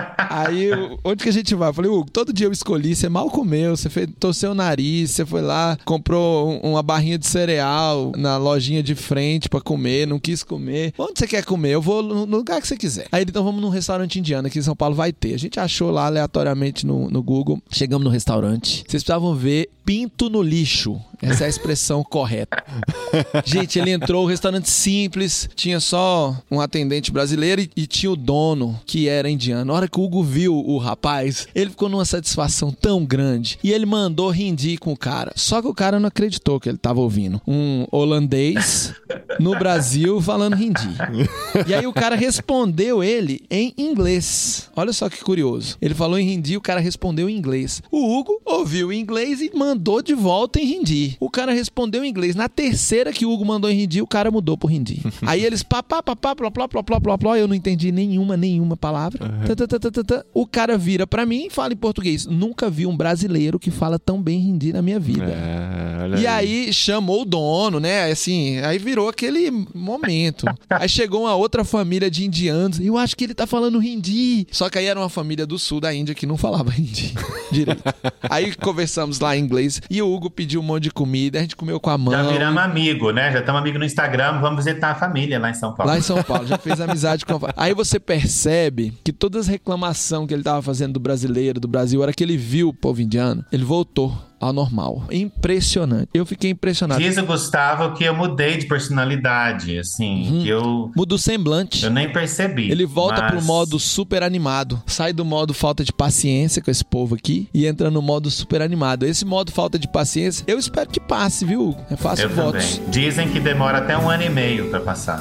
Aí, onde que a gente vai? Eu falei, Hugo, todo dia eu escolhi, você mal comeu, você fez, torceu o nariz, você foi lá, comprou um, uma barrinha de cereal na lojinha de frente pra comer, não quis comer. Onde você quer comer? Eu vou no, no lugar que você quiser. Aí, então, vamos num restaurante indiano aqui em São Paulo, vai ter. A gente achou lá aleatoriamente no, no Google, chegamos no restaurante. Vocês precisavam ver pinto no lixo. Essa é a expressão correta. Gente, ele entrou, o restaurante simples, tinha só um atendente brasileiro e, e tinha o dono, que era indiano. Na hora que o Hugo viu o rapaz, ele ficou numa satisfação tão grande. E ele mandou hindi com o cara. Só que o cara não acreditou que ele tava ouvindo. Um holandês no Brasil falando hindi. E aí o cara respondeu ele em inglês. Olha só que curioso. Ele falou em hindi, o cara respondeu em inglês. O Hugo ouviu em inglês e mandou de volta em hindi. O cara respondeu em inglês. Na terceira que o Hugo mandou em hindi, o cara mudou pro hindi. Aí eles papá, papá, plá, plá, plá, plá, plá, plá, eu não entendi nenhuma, nenhuma palavra. Uhum. Tá, tá, tá, tá, tá, tá. O cara vira pra mim e fala em português. Nunca vi um brasileiro que fala tão bem hindi na minha vida. É, e aí. aí chamou o dono, né? Assim, aí virou aquele momento. Aí chegou uma outra família de indianos. Eu acho que ele tá falando hindi. Só que aí era uma família do sul da Índia que não falava hindi direito. Aí conversamos lá em inglês e o Hugo pediu um monte de comida. A gente comeu com a mão. Já viramos amigo, né? Já estamos amigos no Instagram. Vamos visitar a família lá em São Paulo. Lá em São Paulo. Já fez amizade com a família. Aí você percebe que todas as reclamações que ele tava fazendo do brasileiro, do Brasil, era que ele viu o povo indiano. Ele voltou anormal. Impressionante. Eu fiquei impressionado. Diz o Gustavo que eu mudei de personalidade, assim, Uhum. que eu... Muda o semblante. Eu nem percebi. Ele volta mas... pro modo super animado. Sai do modo falta de paciência com esse povo aqui e entra no modo super animado. Esse modo falta de paciência, eu espero que passe, viu, Hugo? É fácil Eu votos. também. Dizem que demora até um ano e meio pra passar.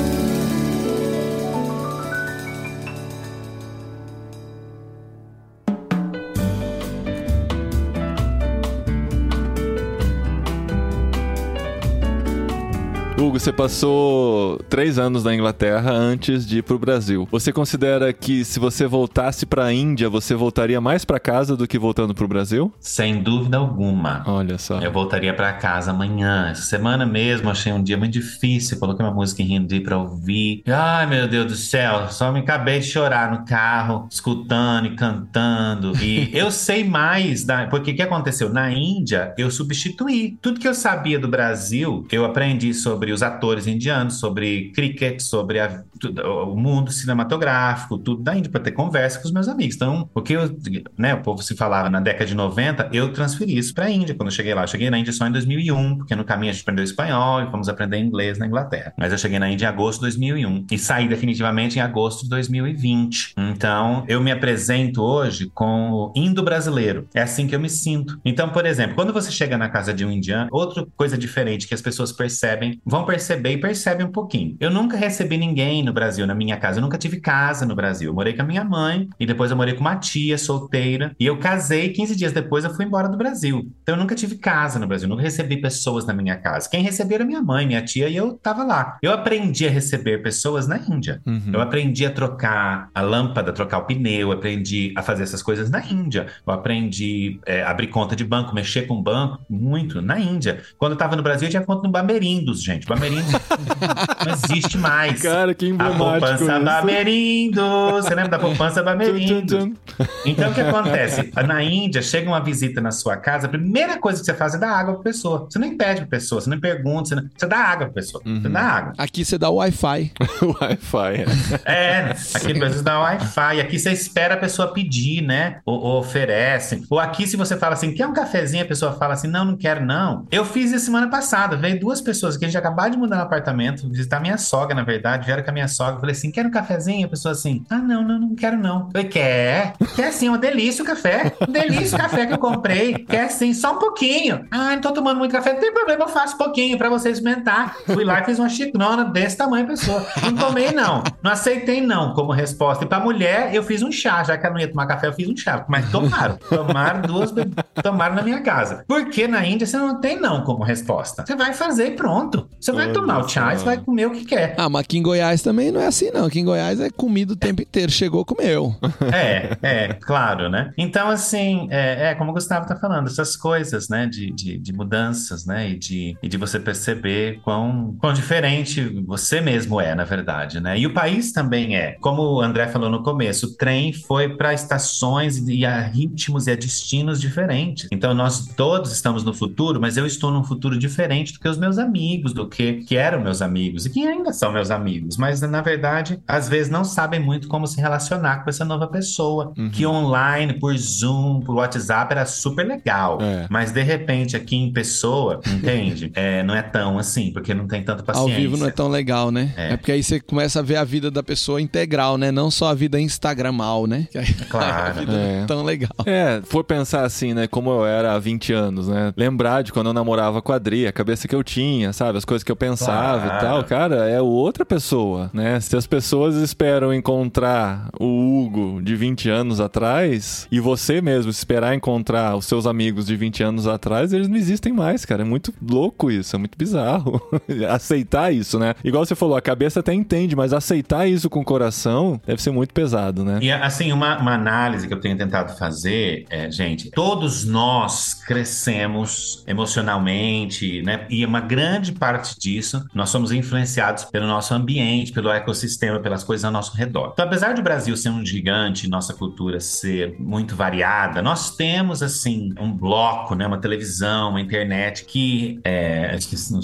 Hugo, você passou três anos na Inglaterra antes de ir pro Brasil. Você considera que se você voltasse pra Índia, você voltaria mais pra casa do que voltando pro Brasil? Sem dúvida alguma. Olha só. Eu voltaria pra casa amanhã. Essa semana mesmo achei um dia muito difícil. Coloquei uma música em hindi pra ouvir. Ai, meu Deus do céu. Só me acabei de chorar no carro, escutando e cantando. E eu sei mais da... Porque o que aconteceu? Na Índia, eu substituí. Tudo que eu sabia do Brasil, eu aprendi sobre os atores indianos, sobre cricket, sobre a, tudo, o mundo cinematográfico, tudo da Índia, para ter conversa com os meus amigos. Então, o que eu, né, o povo se falava na década de noventa, eu transferi isso para a Índia quando eu cheguei lá. Eu cheguei na Índia só em dois mil e um, porque no caminho a gente aprendeu espanhol e fomos aprender inglês na Inglaterra. Mas eu cheguei na Índia em agosto de dois mil e um e saí definitivamente em agosto de dois mil e vinte. Então, eu me apresento hoje com o indo-brasileiro. É assim que eu me sinto. Então, por exemplo, quando você chega na casa de um indiano, outra coisa diferente que as pessoas percebem, vão perceber e percebem um pouquinho. Eu nunca recebi ninguém no Brasil, na minha casa. Eu nunca tive casa no Brasil. Eu morei com a minha mãe e depois eu morei com uma tia solteira e eu casei. quinze dias depois eu fui embora do Brasil. Então eu nunca tive casa no Brasil. Eu nunca recebi pessoas na minha casa. Quem recebia era minha mãe, minha tia, e eu tava lá. Eu aprendi a receber pessoas na Índia. Uhum. Eu aprendi a trocar a lâmpada, trocar o pneu. Eu aprendi a fazer essas coisas na Índia. Eu aprendi a é, abrir conta de banco, mexer com banco, muito na Índia. Quando eu tava no Brasil, eu tinha conta no Bamerindos, gente. Bamerindos não existe mais. Cara, que emblemático. A poupança isso. Bamerindos. Você lembra da poupança Bamerindos? Então, o que acontece? Na Índia, chega uma visita na sua casa, a primeira coisa que você faz é dar água pra pessoa. Você nem pede pra pessoa, você nem pergunta, você, não... você dá água pra pessoa. Uhum. Você dá água. Aqui você dá o Wi-Fi. Wi-Fi, é. É, aqui você dá Wi-Fi. Aqui você espera a pessoa pedir, né? Ou, ou oferece. Ou aqui, se você fala assim, quer um cafezinho? A pessoa fala assim, não, não quero, não. Eu fiz isso semana passada. Veio duas pessoas que a gente acabou de mudar no apartamento, visitar minha sogra, na verdade. Vieram com a minha sogra. Eu falei assim, quer um cafezinho? A pessoa assim, ah, não, não, não quero, não. Eu falei, quer? Quer sim, uma delícia o café. Uma delícia o café que eu comprei. Quer sim, só um pouquinho. Ah, não tô tomando muito café. Não tem problema, eu faço um pouquinho pra você experimentar. Fui lá e fiz uma xicrona desse tamanho, pessoa. Não tomei, não. Não aceitei, não, como resposta. E pra mulher, eu fiz um chá. Já que ela não ia tomar café, eu fiz um chá. Mas tomaram. Tomaram duas bebidas. Tomaram na minha casa. Porque na Índia você não tem não como resposta. Você vai fazer e pronto. Você vai Olha tomar o chá só. e você vai comer o que quer. Ah, mas aqui em Goiás também não é assim, não. Aqui em Goiás é comida o tempo inteiro. Chegou, comeu. É, é, claro, né? Então, assim, é, é como o Gustavo tá falando, essas coisas, né, de, de, de mudanças, né, e de, e de você perceber quão, quão diferente você mesmo é, na verdade, né? E o país também é. Como o André falou no começo, o trem foi para estações e a ritmos e a destinos diferentes. Então, nós todos estamos no futuro, mas eu estou num futuro diferente do que os meus amigos, do que, que eram meus amigos e que ainda são meus amigos, mas, na verdade, às vezes não sabem muito como se relacionar com essa nova pessoa, Uhum. que online, por Zoom, por WhatsApp, era super legal. É. Mas, de repente, aqui em pessoa, entende? É, não é tão assim, porque não tem tanta paciência. Ao vivo não é tão legal, né? É. É porque aí você começa a ver a vida da pessoa integral, né? Não só a vida instagramal, né? Que aí Claro. a vida É. não é tão legal. É, for pensar assim, né, como eu era há vinte anos, né? Lembrar de quando eu namorava com a Adri, a cabeça que eu tinha, sabe? As coisas que eu pensava Claro. e tal. Cara, é outra pessoa, né? Se as pessoas esperam encontrar o Hugo de vinte anos atrás e você mesmo esperar encontrar os seus amigos de vinte anos atrás, eles não existem mais, cara. É muito louco isso, é muito bizarro. Aceitar isso, né? Igual você falou, a cabeça até entende, mas aceitar isso com o coração deve ser muito pesado, né? E, assim, uma, uma análise que eu tenho tentado fazer é, gente, todos nós crescemos emocionalmente, né? E uma grande parte parte disso. Nós somos influenciados pelo nosso ambiente, pelo ecossistema, pelas coisas ao nosso redor. Então, apesar do Brasil ser um gigante, nossa cultura ser muito variada, nós temos, assim, um bloco, né, uma televisão, uma internet que é,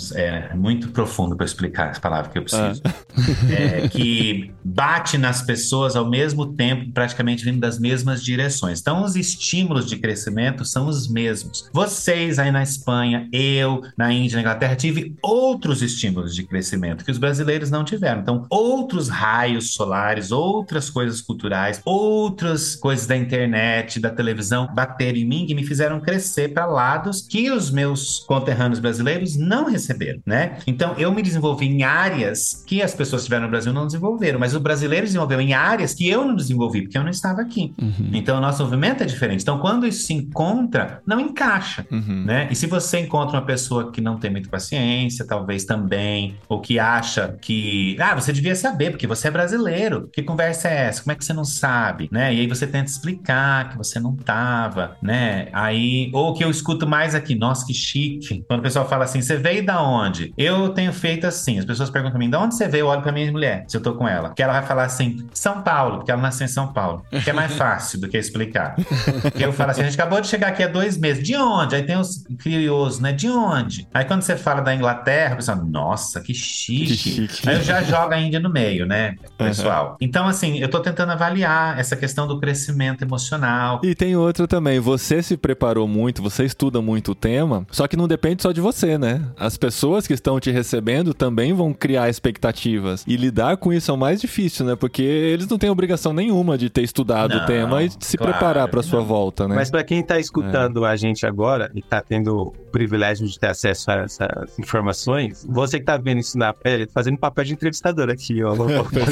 é muito profundo para explicar as palavras que eu preciso. Ah. É, que bate nas pessoas ao mesmo tempo, praticamente vindo das mesmas direções. Então, os estímulos de crescimento são os mesmos. Vocês aí na Espanha, eu na Índia, na Inglaterra, tive outros estímulos de crescimento que os brasileiros não tiveram. Então, outros raios solares, outras coisas culturais, outras coisas da internet, da televisão, bateram em mim e me fizeram crescer para lados que os meus conterrâneos brasileiros não receberam, né? Então, eu me desenvolvi em áreas que as pessoas que estiveram no Brasil não desenvolveram, mas o brasileiro desenvolveu em áreas que eu não desenvolvi, porque eu não estava aqui. Uhum. Então, o nosso movimento é diferente. Então, quando isso se encontra, não encaixa, uhum. né? E se você encontra uma pessoa que não tem muita paciência, talvez também, ou que acha que, ah, você devia saber, porque você é brasileiro. Que conversa é essa? Como é que você não sabe? Né? E aí você tenta explicar que você não tava, né? Aí, ou que eu escuto mais aqui, nossa, que chique. Quando o pessoal fala assim, você veio da onde? Eu tenho feito assim, as pessoas perguntam pra mim, de onde você veio? Eu olho pra minha mulher, se eu tô com ela. Que ela vai falar assim, São Paulo, porque ela nasceu em São Paulo. Que é mais fácil do que explicar. Porque eu falo assim, a gente acabou de chegar aqui há dois meses. De onde? Aí tem os curiosos, né? De onde? Aí quando você fala da Inglaterra, o pessoal, nossa, que chique. Que chique. Aí eu já jogo a Índia no meio, né, pessoal? Uhum. Então, assim, eu tô tentando avaliar essa questão do crescimento emocional. E tem outra também, você se preparou muito, você estuda muito o tema, só que não depende só de você, né? As pessoas que estão te recebendo também vão criar expectativas. E lidar com isso é o mais difícil, né? Porque eles não têm obrigação nenhuma de ter estudado não, o tema e de se claro, preparar para sua volta, né? Mas para quem tá escutando é. a gente agora e tá tendo o privilégio de ter acesso a essas informações, você que tá vendo isso na pele, fazendo papel de entrevistador aqui, ó.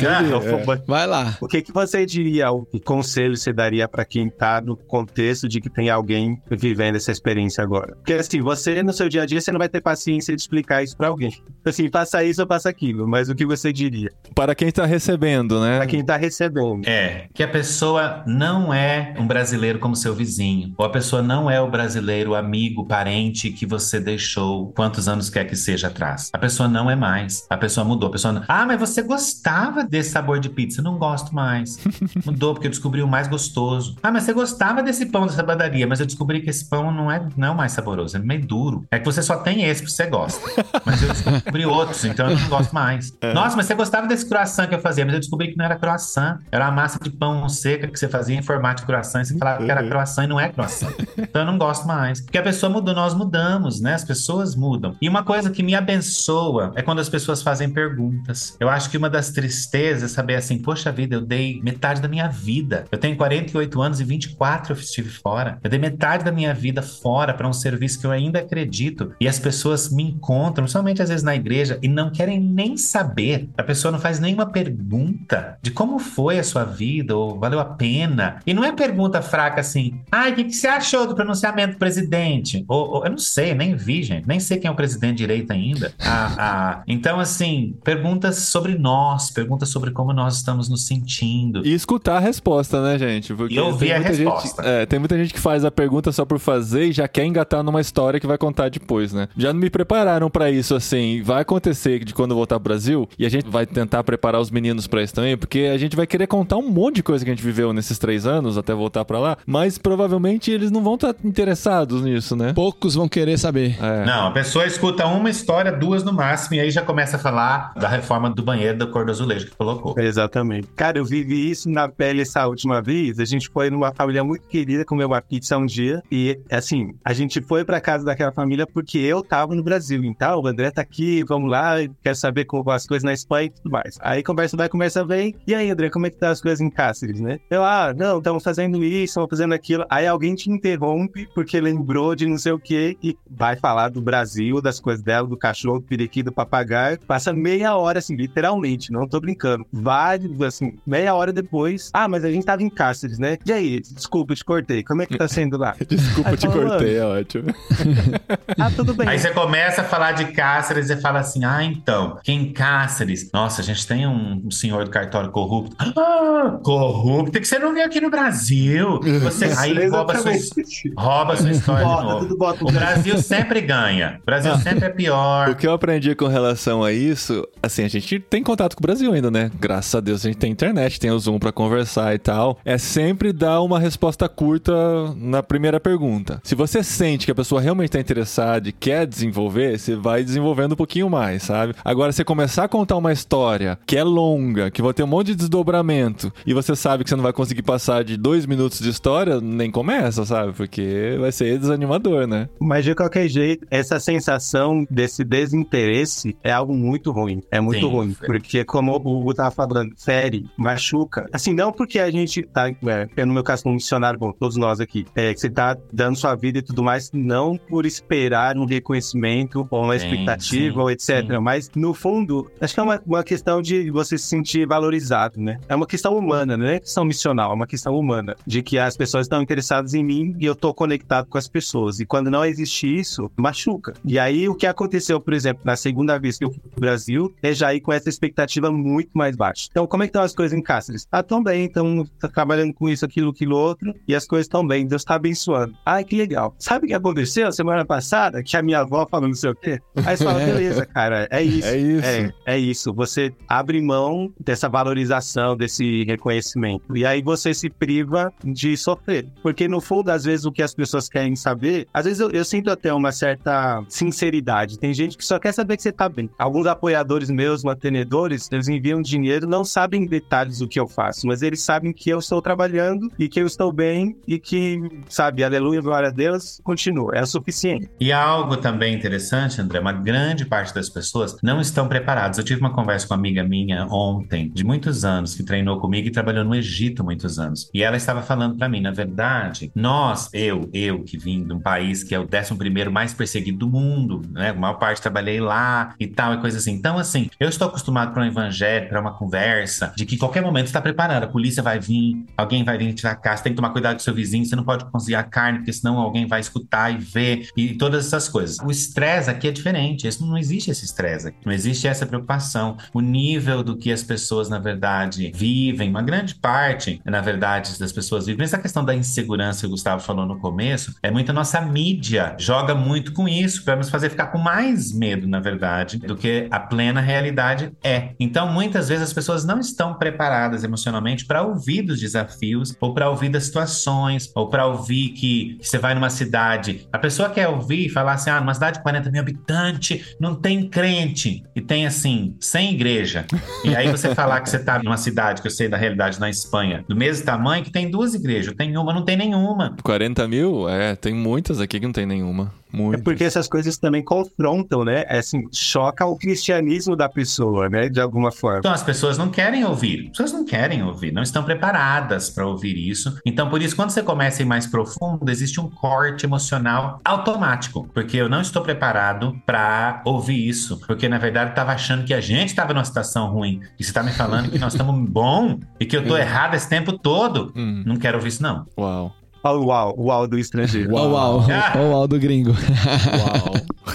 é. Vai lá. O que que você diria, o conselho você daria para quem tá no contexto de que tem alguém vivendo essa experiência agora? Porque assim, você no seu dia a dia, você não vai ter paciência de explicar isso para alguém. Assim, faça isso ou faça aquilo, mas o que você diria? Para quem tá recebendo, né? Para quem tá recebendo. É, que a pessoa não é um brasileiro como seu vizinho, ou a pessoa não é o brasileiro amigo, parente que você deixou quantos anos quer que seja atrás. A pessoa não é mais. A pessoa mudou. A pessoa não... Ah, mas você gostava desse sabor de pizza? Não gosto mais. Mudou porque eu descobri o mais gostoso. Ah, mas você gostava desse pão dessa padaria, mas eu descobri que esse pão não é, não é o mais saboroso, é meio duro. É que você só tem esse que você gosta. Mas eu descobri outros, então eu não gosto mais. É. Nossa, mas você gostava desse croissant que eu fazia, mas eu descobri que não era croissant. Era uma massa de pão seca que você fazia em formato de croissant e você falava que era croissant e não é croissant. Então eu não gosto mais. Porque a pessoa mudou, nós mudamos, né? As pessoas mudam. E uma coisa que me abençoa é quando as pessoas fazem perguntas. Eu acho que uma das tristezas é saber assim, poxa vida, eu dei metade da minha vida. Eu tenho quarenta e oito anos e vinte e quatro eu estive fora. Eu dei metade da minha vida fora para um serviço que eu ainda acredito. E as pessoas me encontram, principalmente às vezes na igreja, e não querem nem saber. A pessoa não faz nenhuma pergunta de como foi a sua vida, ou valeu a pena. E não é pergunta fraca assim, ai, o que, que você achou do pronunciamento do presidente? Ou, ou, eu não sei, nem vi, gente. Nem sei quem é o presidente direito ainda. Ah, ah. Então, assim, perguntas sobre nós, perguntas sobre como nós estamos nos sentindo. E escutar a resposta, né, gente? Porque e ouvir a resposta. Gente, é, tem muita gente que faz a pergunta só por fazer e já quer engatar numa história que vai contar depois, né? Já não me prepararam pra isso, assim. Vai acontecer de quando eu voltar pro Brasil, e a gente vai tentar preparar os meninos pra isso também, porque a gente vai querer contar um monte de coisa que a gente viveu nesses três anos até voltar pra lá, mas provavelmente eles não vão estar interessados nisso, né? Poucos vão querer saber. É. Não, a pessoa escuta uma história, duas no máximo, e aí já começa a falar da reforma do banheiro da cor do azulejo que colocou. Exatamente. Cara, eu vivi isso na pele essa última vez. A gente foi numa família muito querida comer uma pizza um dia, e assim, a gente foi pra casa daquela família porque eu tava no Brasil. Então, o André tá aqui, vamos lá, quer saber como vão as coisas na Espanha e tudo mais. Aí conversa vai, conversa vem. E aí, André, como é que tá as coisas em Cáceres, né? Eu, ah, não, estamos fazendo isso, estamos fazendo aquilo. Aí alguém te interrompe porque lembrou de não sei o quê e vai falar do Brasil, das coisas dela, do cachorro, do periquito, do papagaio. Passa meia hora, assim, literalmente, não tô brincando. Vai, assim, meia hora depois. Ah, mas a gente tava em Cáceres, né? E aí, desculpa, eu te cortei. Como é que tá sendo lá? Desculpa, eu te cortei, é ótimo. Ah, tudo bem. Aí você começa a falar de Cáceres e fala assim, ah, então, que em Cáceres, nossa, a gente tem um, um senhor do cartório corrupto. Ah, corrupto, que você não vê aqui no Brasil. Você, aí rouba sua, rouba sua história bota, de novo. Bota, o Brasil sempre ganha. O Brasil sempre é pior. melhor. O que eu aprendi com relação a isso, assim, a gente tem contato com o Brasil ainda, né? Graças a Deus a gente tem internet, tem o Zoom pra conversar e tal. É sempre dar uma resposta curta na primeira pergunta. Se você sente que a pessoa realmente tá interessada e quer desenvolver, você vai desenvolvendo um pouquinho mais, sabe? Agora, você começar a contar uma história que é longa, que vai ter um monte de desdobramento, e você sabe que você não vai conseguir passar de dois minutos de história, nem começa, sabe? Porque vai ser desanimador, né? Mas de qualquer jeito, essa sensação desse desinteresse é algo muito ruim. É muito Sim, ruim. Porque como o Hugo tava falando, fere, machuca. Assim, não porque a gente tá, é, no meu caso, como missionário, bom, todos nós aqui, é, que você tá dando sua vida e tudo mais, não por esperar um reconhecimento ou uma Sim, expectativa sim, ou etcétera. sim. Mas, no fundo, acho que é uma, uma questão de você se sentir valorizado, né? É uma questão humana, não é questão missional, é uma questão humana. De que as pessoas estão interessadas em mim e eu tô conectado com as pessoas. E quando não existe isso, machuca. E aí, o que aconteceu, por exemplo, na segunda vez que eu fui pro Brasil, é já ir com essa expectativa muito mais baixa. Então, como é que estão as coisas em Cáceres? Ah, tão bem, então tá trabalhando com isso, aquilo, aquilo, outro, e as coisas estão bem, Deus tá abençoando. Ai, que legal. Sabe o que aconteceu semana passada? Que a minha avó falou não sei o quê? Aí você fala, beleza, cara, é isso. É isso. É, é isso. Você abre mão dessa valorização, desse reconhecimento. E aí você se priva de sofrer. Porque no fundo, às vezes, o que as pessoas querem saber, às vezes eu, eu sinto até uma certa sinceridade. Tem gente que só quer saber que você tá bem. Alguns apoiadores meus, mantenedores, eles enviam dinheiro, não sabem em detalhes o que eu faço, mas eles sabem que eu estou trabalhando e que eu estou bem e que, sabe, aleluia, glória a Deus, continua. É o suficiente. E algo também interessante, André, uma grande parte das pessoas não estão preparadas. Eu tive uma conversa com uma amiga minha ontem, de muitos anos, que treinou comigo e trabalhou no Egito muitos anos. E ela estava falando para mim, na verdade, nós, eu, eu que vim de um país que é o décimo primeiro mais perseguido do mundo, né? A maior parte trabalhei lá e tal, e coisa assim. Então, assim, eu estou acostumado para um evangelho, para uma conversa, de que qualquer momento você está preparado, a polícia vai vir, alguém vai vir te tirar a casa, você tem que tomar cuidado com seu vizinho, você não pode cozinhar carne, porque senão alguém vai escutar e ver, e todas essas coisas. O estresse aqui é diferente, esse, não existe esse estresse aqui, não existe essa preocupação. O nível do que as pessoas, na verdade, vivem, uma grande parte, na verdade, das pessoas vivem, essa questão da insegurança que o Gustavo falou no começo, é muito a nossa mídia, joga muito com isso, para nos fazer ficar com mais medo, na verdade, do que a plena realidade é. Então, muitas vezes as pessoas não estão preparadas emocionalmente para ouvir dos desafios, ou para ouvir das situações, ou para ouvir que, que você vai numa cidade. A pessoa quer ouvir e falar assim, ah, numa cidade de quarenta mil habitantes, não tem crente, e tem, assim, cem igrejas. E aí você falar que você tá numa cidade, que eu sei da realidade na Espanha, do mesmo tamanho, que tem duas igrejas, tem uma, não tem nenhuma. quarenta mil? É, tem muitas aqui que não tem nenhuma. Muitas. É porque essas coisas também confrontam, né? É assim, choca o cristianismo da pessoa, né? De alguma forma. Então as pessoas não querem ouvir, as pessoas não querem ouvir, não estão preparadas para ouvir isso. Então por isso, quando você começa a ir mais profundo, existe um corte emocional automático, porque eu não estou preparado para ouvir isso, porque na verdade eu estava achando que a gente estava numa situação ruim, e você está me falando que nós estamos bom e que eu estou errado esse tempo todo. Hum. Não quero ouvir isso, não. Uau. Olha o uau, o uau do estrangeiro. Uau, uau. Ah. O uau do gringo. Uau.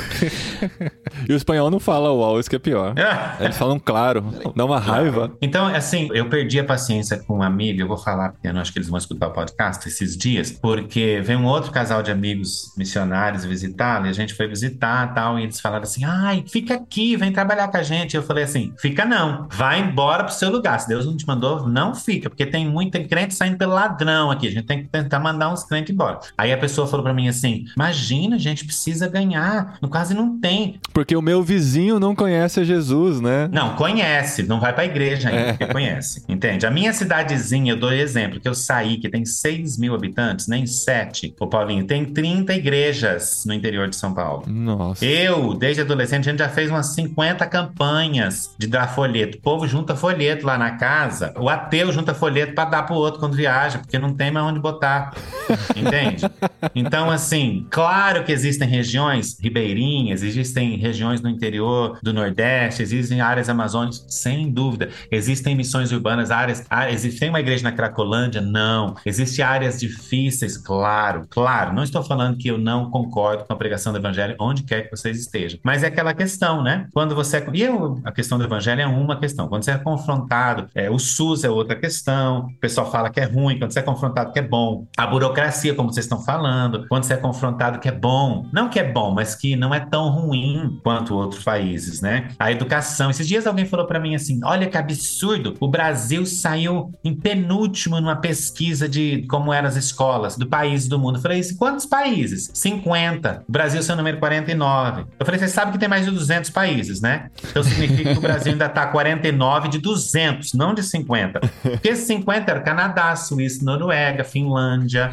E o espanhol não fala uau, isso que é pior. Eles falam claro, dá uma raiva. Então, assim, eu perdi a paciência com uma amiga, eu vou falar, porque eu não acho que eles vão escutar o podcast esses dias, porque veio um outro casal de amigos missionários visitar, e a gente foi visitar e tal, e eles falaram assim, ai, fica aqui, vem trabalhar com a gente. Eu falei assim, fica não, vai embora pro seu lugar, se Deus não te mandou, não fica, porque tem muito tem crente saindo pelo ladrão aqui, a gente tem que tentar mandar uns crentes embora. Aí a pessoa falou pra mim assim, imagina, a gente precisa ganhar, no quase não tem. Porque o meu vizinho não conhece a Jesus, né? Não, conhece, não vai pra igreja ainda, é. Porque conhece, entende? A minha cidadezinha, eu dou exemplo, que eu saí, que tem seis mil habitantes, nem sete, ô Paulinho, tem trinta igrejas no interior de São Paulo. Nossa. Eu, desde adolescente, a gente já fez umas cinquenta campanhas de dar folheto. O povo junta folheto lá na casa, o ateu junta folheto pra dar pro outro quando viaja, porque não tem mais onde botar, entende? Então, assim, claro que existem regiões ribeirinhas, existem regiões no interior do Nordeste, existem áreas amazônicas, sem dúvida. Existem missões urbanas, áreas... Existe, tem uma igreja na Cracolândia? Não. Existem áreas difíceis? Claro, claro. Não estou falando que eu não concordo com a pregação do evangelho onde quer que vocês estejam. Mas é aquela questão, né? Quando você... É... E eu, a questão do evangelho é uma questão. Quando você é confrontado, é, o SUS é outra questão. O pessoal fala que é ruim. Quando você é confrontado que é bom. A burocracia, como vocês estão falando. Quando você é confrontado que é bom. Não que é bom, mas que não é tão ruim quanto quanto outros países, né? A educação. Esses dias alguém falou pra mim assim, olha que absurdo, o Brasil saiu em penúltimo numa pesquisa de como eram as escolas do país do mundo. Eu falei, quantos países? cinquenta. O Brasil é o número quarenta e nove. Eu falei, você sabe que tem mais de duzentos países, né? Então significa que o Brasil ainda tá quarenta e nove de duzentos, não de cinquenta. Porque esses cinquenta era Canadá, Suíça, Noruega, Finlândia.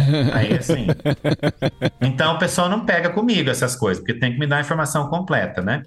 Aí assim. Então o pessoal não pega comigo essas coisas, porque tem que me dar a informação completa, né?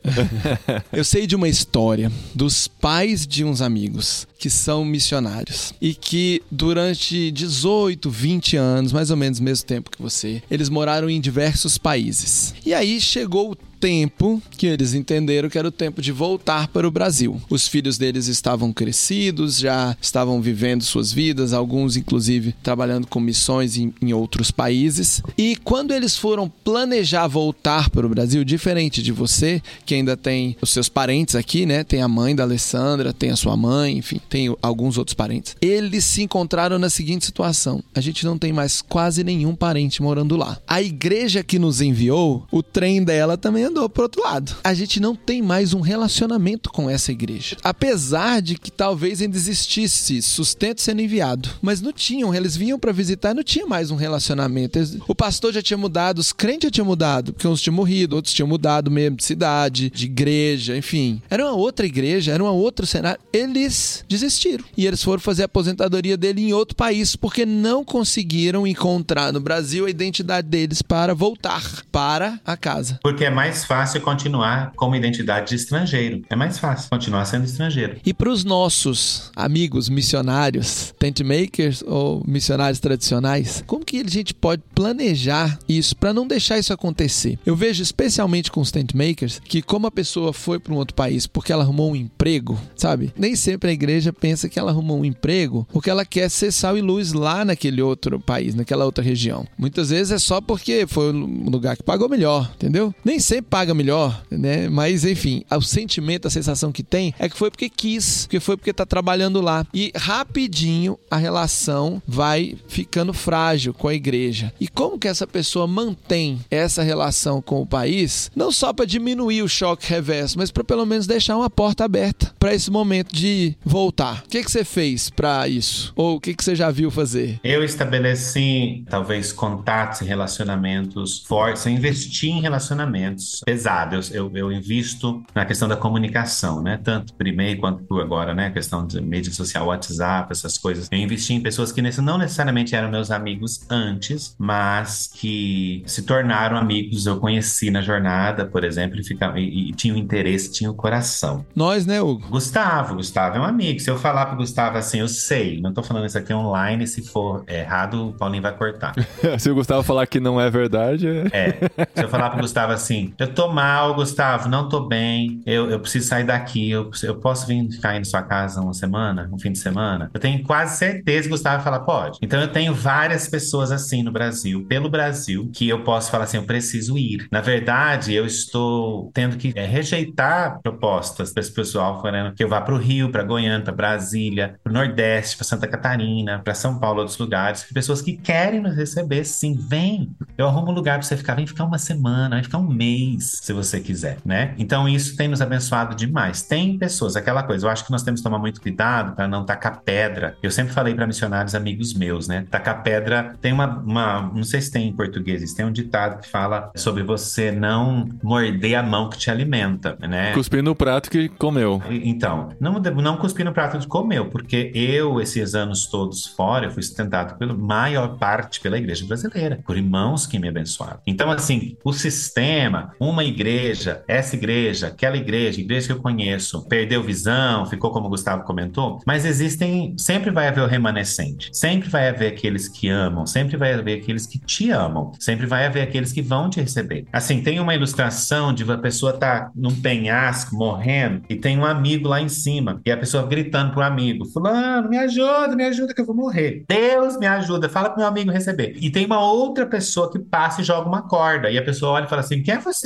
Eu sei de uma história dos pais de uns amigos que são missionários e que durante dezoito, vinte anos, mais ou menos o mesmo tempo que você, eles moraram em diversos países. E aí chegou o tempo que eles entenderam que era o tempo de voltar para o Brasil. Os filhos deles estavam crescidos, já estavam vivendo suas vidas, alguns inclusive trabalhando com missões em, em outros países. E quando eles foram planejar voltar para o Brasil, diferente de você, que ainda tem os seus parentes aqui, né? Tem a mãe da Alessandra, tem a sua mãe, enfim, tem alguns outros parentes. Eles se encontraram na seguinte situação: a gente não tem mais quase nenhum parente morando lá. A igreja que nos enviou, o trem dela também andou pro outro lado. A gente não tem mais um relacionamento com essa igreja. Apesar de que talvez ainda existisse sustento sendo enviado. Mas não tinham, eles vinham para visitar e não tinha mais um relacionamento. O pastor já tinha mudado, os crentes já tinham mudado, porque uns tinham morrido, outros tinham mudado mesmo de cidade, de igreja, enfim. Era uma outra igreja, era um outro cenário. Eles desistiram. E eles foram fazer a aposentadoria dele em outro país, porque não conseguiram encontrar no Brasil a identidade deles para voltar para a casa. Porque é mais fácil continuar como identidade de estrangeiro. É mais fácil continuar sendo estrangeiro. E para os nossos amigos missionários, tent makers ou missionários tradicionais, como que a gente pode planejar isso para não deixar isso acontecer? Eu vejo especialmente com os tent makers que como a pessoa foi para um outro país porque ela arrumou um emprego, sabe? Nem sempre a igreja pensa que ela arrumou um emprego porque ela quer ser sal e luz lá naquele outro país, naquela outra região. Muitas vezes é só porque foi o lugar que pagou melhor, entendeu? Nem sempre paga melhor, né? Mas enfim, o sentimento, a sensação que tem é que foi porque quis, porque foi porque tá trabalhando lá. E rapidinho a relação vai ficando frágil com a igreja. E como que essa pessoa mantém essa relação com o país, não só para diminuir o choque reverso, mas para pelo menos deixar uma porta aberta para esse momento de voltar? O que que você fez para isso? Ou o que que você já viu fazer? Eu estabeleci talvez contatos e relacionamentos fortes, eu investi em relacionamentos pesados. Eu, eu, eu invisto na questão da comunicação, né? Tanto por e-mail quanto por agora, né? A questão de mídia social, WhatsApp, essas coisas. Eu investi em pessoas que não necessariamente eram meus amigos antes, mas que se tornaram amigos. Eu conheci na jornada, por exemplo, e, ficava, e, e tinham interesse, tinham coração. Nós, né, Hugo? Gustavo, Gustavo é um amigo. Se eu falar pro Gustavo assim, eu sei, não tô falando isso aqui online, se for errado, o Paulinho vai cortar. Se o Gustavo falar que não é verdade... É, é. Se eu falar pro Gustavo assim, eu tô mal, Gustavo, não tô bem, eu, eu preciso sair daqui, eu, eu posso vir ficar aí na sua casa uma semana, um fim de semana? Eu tenho quase certeza que o Gustavo vai falar, pode. Então eu tenho várias pessoas assim no Brasil, pelo Brasil, que eu posso falar assim, eu preciso ir. Na verdade, eu estou tendo que é, rejeitar propostas desse pessoal falando que eu vá pro Rio, pra Goiânia, pra Brasília, pro Nordeste, pra Santa Catarina, pra São Paulo, outros lugares, pessoas que querem nos receber, sim, vem, eu arrumo um lugar pra você ficar, vem ficar uma semana, vem ficar um mês, se você quiser, né? Então isso tem nos abençoado demais. Tem pessoas, aquela coisa, eu acho que nós temos que tomar muito cuidado para não tacar pedra. Eu sempre falei para missionários amigos meus, né? Tacar pedra, tem uma, uma, não sei se tem em português, tem um ditado que fala sobre você não morder a mão que te alimenta, né? Cuspir no prato que comeu. Então, não, não cuspir no prato que comeu, porque eu, esses anos todos fora, eu fui sustentado pela maior parte pela igreja brasileira, por irmãos que me abençoaram. Então, assim, o sistema, uma igreja, essa igreja, aquela igreja, igreja que eu conheço, perdeu visão, ficou como o Gustavo comentou, mas existem, sempre vai haver o remanescente, sempre vai haver aqueles que amam, sempre vai haver aqueles que te amam, sempre vai haver aqueles que vão te receber. Assim, tem uma ilustração de uma pessoa tá num penhasco, morrendo, e tem um amigo lá em cima, e a pessoa gritando pro amigo, fulano, me ajuda, me ajuda que eu vou morrer. Deus me ajuda, fala pro meu amigo receber. E tem uma outra pessoa que passa e joga uma corda, e a pessoa olha e fala assim, quem é você?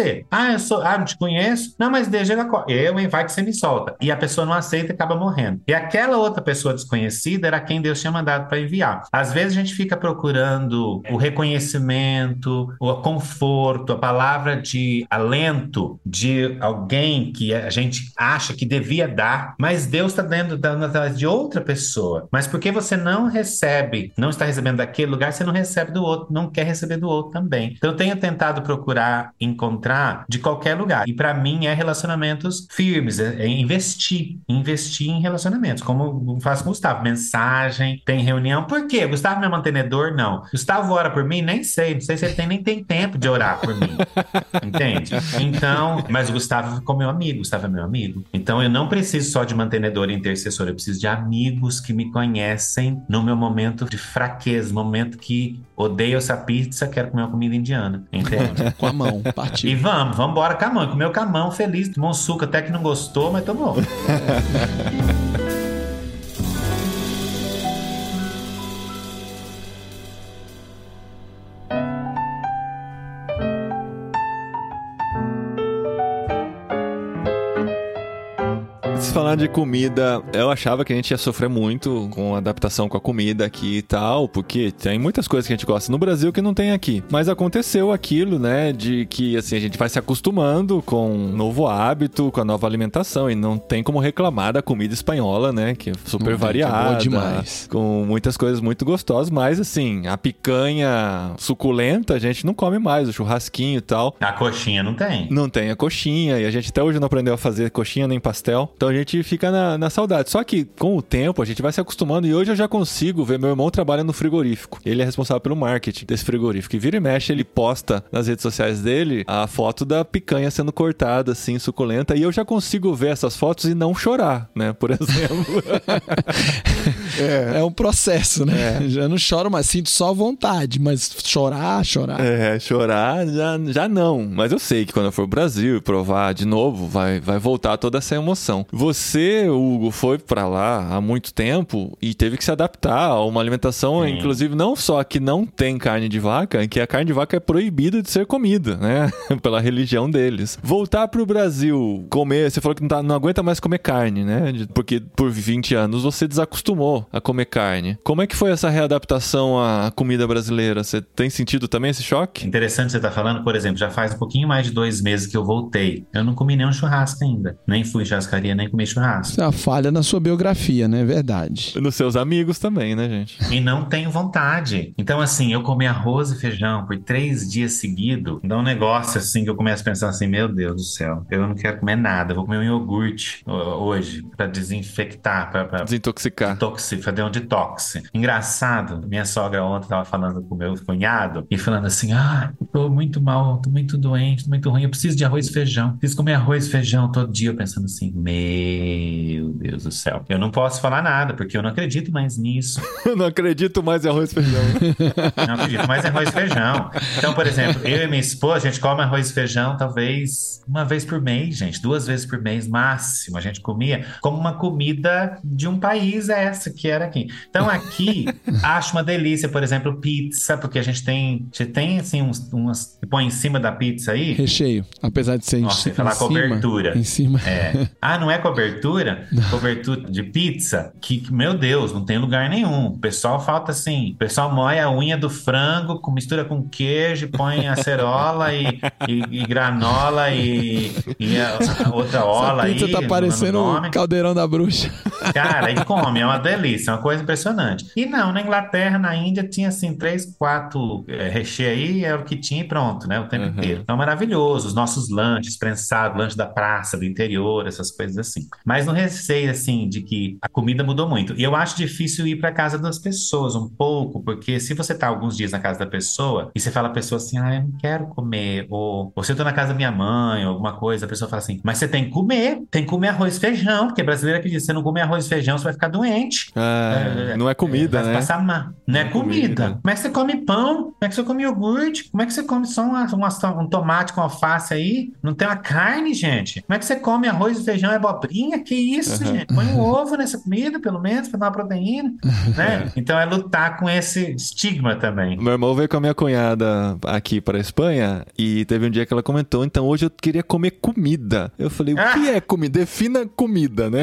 você? Ah, eu sou, ah, não te conheço? Não, mas deixa eu, hein? Vai que você me solta. E a pessoa não aceita e acaba morrendo. E aquela outra pessoa desconhecida era quem Deus tinha mandado para enviar. Às vezes a gente fica procurando o reconhecimento, o conforto, a palavra de alento de alguém que a gente acha que devia dar, mas Deus está dando, dando através de outra pessoa. Mas porque você não recebe, não está recebendo daquele lugar, você não recebe do outro, não quer receber do outro também. Então eu tenho tentado procurar encontrar de qualquer lugar. E para mim é relacionamentos firmes, é, é investir, investir em relacionamentos, como eu faço com o Gustavo, mensagem, tem reunião. Por quê? Gustavo não é mantenedor? Não. Gustavo ora por mim? Nem sei, não sei se ele tem, nem tem tempo de orar por mim. Entende? Então, mas o Gustavo ficou meu amigo, Gustavo é meu amigo. Então eu não preciso só de mantenedor e intercessor, eu preciso de amigos que me conhecem no meu momento de fraqueza, momento que odeio essa pizza, quero comer uma comida indiana. Entende? Com a mão, partiu. E vamos, vamos embora com a mão. Comeu com a mão, feliz, tomou um suco, até que não gostou, mas tomou. Falando de comida, eu achava que a gente ia sofrer muito com a adaptação com a comida aqui e tal, porque tem muitas coisas que a gente gosta no Brasil que não tem aqui. Mas aconteceu aquilo, né, de que assim, a gente vai se acostumando com um novo hábito, com a nova alimentação, e não tem como reclamar da comida espanhola, né, que é super Hum, variada, que é boa demais. com muitas coisas muito gostosas, mas assim, a picanha suculenta a gente não come mais, o churrasquinho e tal. A coxinha não tem. Não tem a coxinha, e a gente até hoje não aprendeu a fazer coxinha nem pastel. Então a gente fica na, na saudade. Só que com o tempo a gente vai se acostumando, e hoje eu já consigo ver. Meu irmão trabalha no frigorífico. Ele é responsável pelo marketing desse frigorífico. E vira e mexe, ele posta nas redes sociais dele a foto da picanha sendo cortada, assim, suculenta. E eu já consigo ver essas fotos e não chorar, né? Por exemplo. é. é um processo, né? É. Já não choro mais, sinto só vontade, mas chorar, chorar. É, chorar já, já não. Mas eu sei que quando eu for pro Brasil e provar de novo, vai, vai voltar toda essa emoção. Você, Hugo, foi pra lá há muito tempo e teve que se adaptar a uma alimentação, Sim. inclusive não só que não tem carne de vaca, que a carne de vaca é proibida de ser comida, né? Pela religião deles. Voltar pro Brasil, comer, você falou que não, tá, não aguenta mais comer carne, né? Porque por vinte anos você desacostumou a comer carne. Como é que foi essa readaptação à comida brasileira? Você tem sentido também esse choque? Interessante você estar falando, por exemplo, já faz um pouquinho mais de dois meses que eu voltei. Eu não comi nenhum churrasco ainda. Nem fui em churrascaria, nem comi churrasco. Isso é uma falha na sua biografia, né? Verdade. Nos seus amigos também, né, gente? E não tenho vontade. Então, assim, eu comi arroz e feijão por três dias seguidos. Dá um negócio, assim, que eu começo a pensar assim, meu Deus do céu, eu não quero comer nada. Eu vou comer um iogurte hoje pra desinfectar, pra, pra desintoxicar. Detoxi, fazer um detox. Engraçado, minha sogra ontem tava falando com o meu cunhado e falando assim, ah, eu tô muito mal, tô muito doente, tô muito ruim, eu preciso de arroz e feijão. Preciso comer arroz e feijão todo dia. Eu pensando assim, meu Deus do céu. Eu não posso falar nada, porque eu não acredito mais nisso. Eu não acredito mais em arroz e feijão. Não acredito mais em arroz e feijão. Então, por exemplo, eu e minha esposa, a gente come arroz e feijão talvez uma vez por mês, gente. Duas vezes por mês, máximo. A gente comia como uma comida de um país essa que era aqui. Então, aqui, acho uma delícia, por exemplo, pizza, porque a gente tem, a gente tem assim, uns, umas que põe em cima da pizza aí. Recheio, apesar de ser Nossa, em, falar em cobertura. Cima, em cima. É. Ah, não é cobertura? Cobertura de pizza? Que, meu Deus, não tem lugar nenhum. O pessoal falta assim, o pessoal moe a unha do frango, com, mistura com queijo, põe acerola e, e, e granola e, e a, a outra ola aí. Essa pizza tá parecendo o caldeirão da bruxa. Cara, e come, é uma delícia, é uma coisa impressionante. E não, na Inglaterra, na Índia, tinha assim, três, quatro é, recheios aí, é o que tinha e pronto, né? O tempo uhum. inteiro. Então, maravilhoso. Os nossos lanches prensados, lanche da praça, do interior, essas coisas assim. Mas no receio, assim, de que a comida mudou muito. E eu acho difícil ir pra casa das pessoas um pouco, porque se você tá alguns dias na casa da pessoa e você fala a pessoa assim, ah, eu não quero comer, ou, ou se eu tô na casa da minha mãe, ou alguma coisa, a pessoa fala assim, mas você tem que comer, tem que comer arroz e feijão, porque brasileiro acredita, se você não comer arroz e feijão, você vai ficar doente. Ah, não é comida, vai né? passar mal. Não é Não é comida. comida. Como é que você come pão? Como é que você come iogurte? Como é que você come só uma, uma- um tomate com alface aí? Não tem uma carne, gente? Como é que você come arroz e feijão e abobrinha? Que isso, Uhum. gente? Põe um ovo nessa comida, pelo menos, pra dar uma proteína, né? Então é lutar com esse estigma também. Meu irmão veio com a minha cunhada aqui para a Espanha e teve um dia que ela comentou, então hoje eu queria comer comida. Eu falei, o que é comida? Defina comida, né?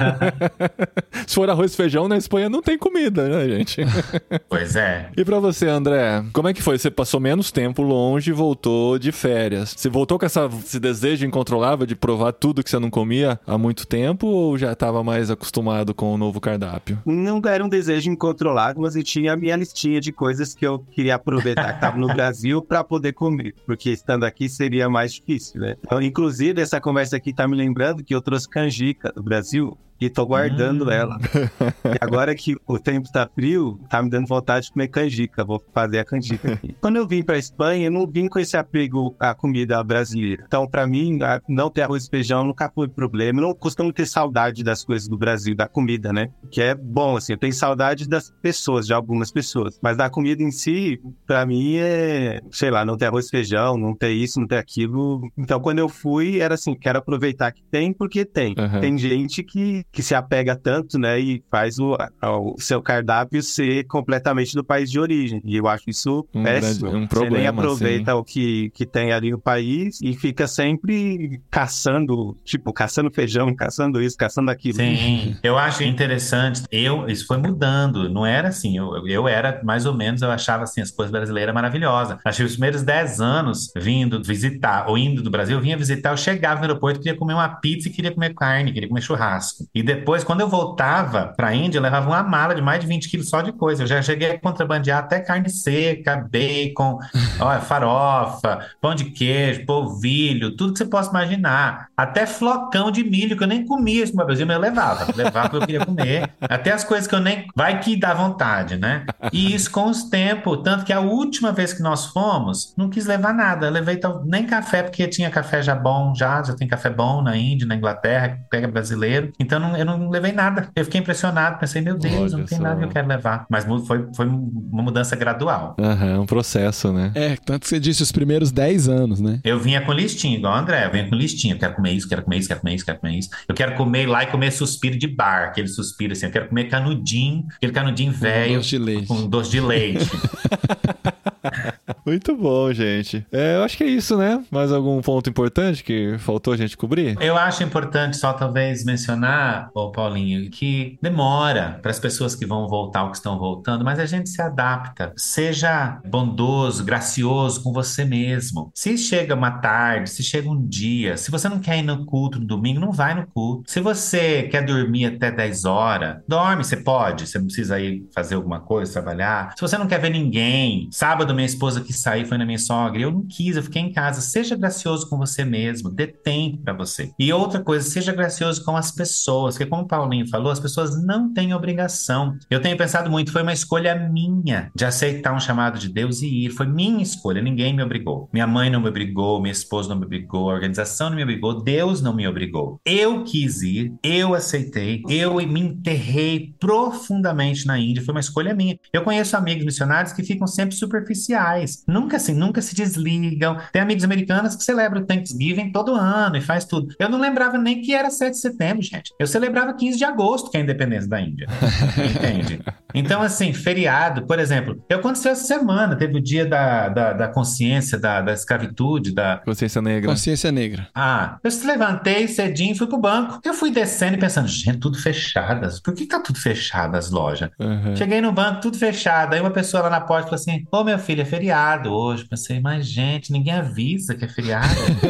Se for arroz e feijão, na Espanha não tem comida, né, gente? Pois é. E pra você, André, como é que foi? Você passou menos tempo longe e voltou de férias. Você voltou com essa, esse desejo incontrolável de provar tudo que você não comia há muito tempo ou já estava mais acostumado com o novo cardápio? Não era um desejo incontrolável, mas eu tinha a minha listinha de coisas que eu queria aproveitar que estava no Brasil para poder comer, porque estando aqui seria mais difícil, né? Então, inclusive, essa conversa aqui tá me lembrando que eu trouxe canjica do Brasil e tô guardando Hum. ela. E agora que o tempo tá frio, tá me dando vontade de comer canjica. Vou fazer a canjica aqui. Quando eu vim pra Espanha, eu não vim com esse apego à comida brasileira. Então, pra mim, não ter arroz e feijão nunca foi problema. Eu não costumo ter saudade das coisas do Brasil, da comida, né? Que é bom, assim. Eu tenho saudade das pessoas, de algumas pessoas. Mas da comida em si, pra mim, é... sei lá, não ter arroz e feijão, não ter isso, não ter aquilo. Então, quando eu fui, era assim, quero aproveitar que tem, porque tem. Uhum. Tem gente que... que se apega tanto, né, e faz o, o seu cardápio ser completamente do país de origem. E eu acho isso Um péssimo. grande- um Você nem problema, aproveita sim. o que, que tem ali no país e fica sempre caçando, tipo, caçando feijão, caçando isso, caçando aquilo. Sim, eu acho interessante. Eu, isso foi mudando, não era assim. Eu, eu era mais ou menos, eu achava assim, as coisas brasileiras maravilhosas. Achei os primeiros dez anos vindo visitar, ou indo do Brasil, eu vinha visitar, eu chegava no aeroporto, queria comer uma pizza e queria comer carne, queria comer churrasco. E depois, quando eu voltava pra Índia, eu levava uma mala de mais de vinte quilos só de coisa. Eu já cheguei a contrabandear até carne seca, bacon, olha, farofa, pão de queijo, polvilho, tudo que você possa imaginar. Até flocão de milho, que eu nem comia isso no Brasil, mas eu levava. Levava porque eu queria comer. Até as coisas que eu nem... Vai que dá vontade, né? E isso com os tempos. Tanto que a última vez que nós fomos, não quis levar nada. Eu levei tal... nem café, porque tinha café já bom, já. Já tem café bom na Índia, na Inglaterra, que pega brasileiro. Então não, eu não levei nada. Eu fiquei impressionado. Pensei, meu Deus, Olha não tem só. nada que eu quero levar. Mas mu- foi, foi uma mudança gradual. Aham, um processo, né? É, tanto que você disse os primeiros dez anos, né? Eu vinha com listinha, igual o André, eu vinha com listinha. Eu quero comer isso, quero comer isso, quero comer isso, quero comer isso. Eu quero comer lá e comer suspiro de bar, aquele suspiro assim. Eu quero comer canudinho, aquele canudinho velho. doce de leite. Com doce de leite. Muito bom, gente. É, eu acho que é isso, né? Mais algum ponto importante que faltou a gente cobrir? Eu acho importante só talvez mencionar, ô Paulinho, que demora para as pessoas que vão voltar ou que estão voltando, mas a gente se adapta. Seja bondoso, gracioso com você mesmo. Se chega uma tarde, se chega um dia, se você não quer ir no culto no domingo, não vai no culto. Se você quer dormir até dez horas, dorme, você pode, você não precisa ir fazer alguma coisa, trabalhar. Se você não quer ver ninguém, sábado minha esposa quis sair, foi na minha sogra, eu não quis, eu fiquei em casa. Seja gracioso com você mesmo, dê tempo para você. E outra coisa, seja gracioso com as pessoas, porque como o Paulinho falou, as pessoas não têm obrigação. Eu tenho pensado muito, foi uma escolha minha de aceitar um chamado de Deus e ir. Foi minha escolha, ninguém me obrigou. Minha mãe não me obrigou, minha esposa não me obrigou, a organização não me obrigou, Deus não me obrigou. Eu quis ir, eu aceitei, eu me enterrei profundamente na Índia, foi uma escolha minha. Eu conheço amigos missionários que ficam sempre superficiais, nunca assim, nunca se desligam. Tem amigos americanos que celebram o Thanksgiving todo ano e faz tudo. Eu não lembrava nem que era sete de setembro, gente. Eu celebrava quinze de agosto, que é a independência da Índia. Entende? Então, assim, feriado, por exemplo, eu aconteceu essa semana, teve o dia da, da, da consciência, da, da escravitude, da, Consciência negra. Consciência negra. ah, eu se levantei cedinho e fui pro banco. Eu fui descendo e pensando, gente, tudo fechadas. Por que tá tudo fechado as lojas? Uhum. Cheguei no banco, tudo fechado. Aí uma pessoa lá na porta falou assim: ô meu filho, é feriado hoje. Pensei, mas gente, ninguém avisa que é feriado.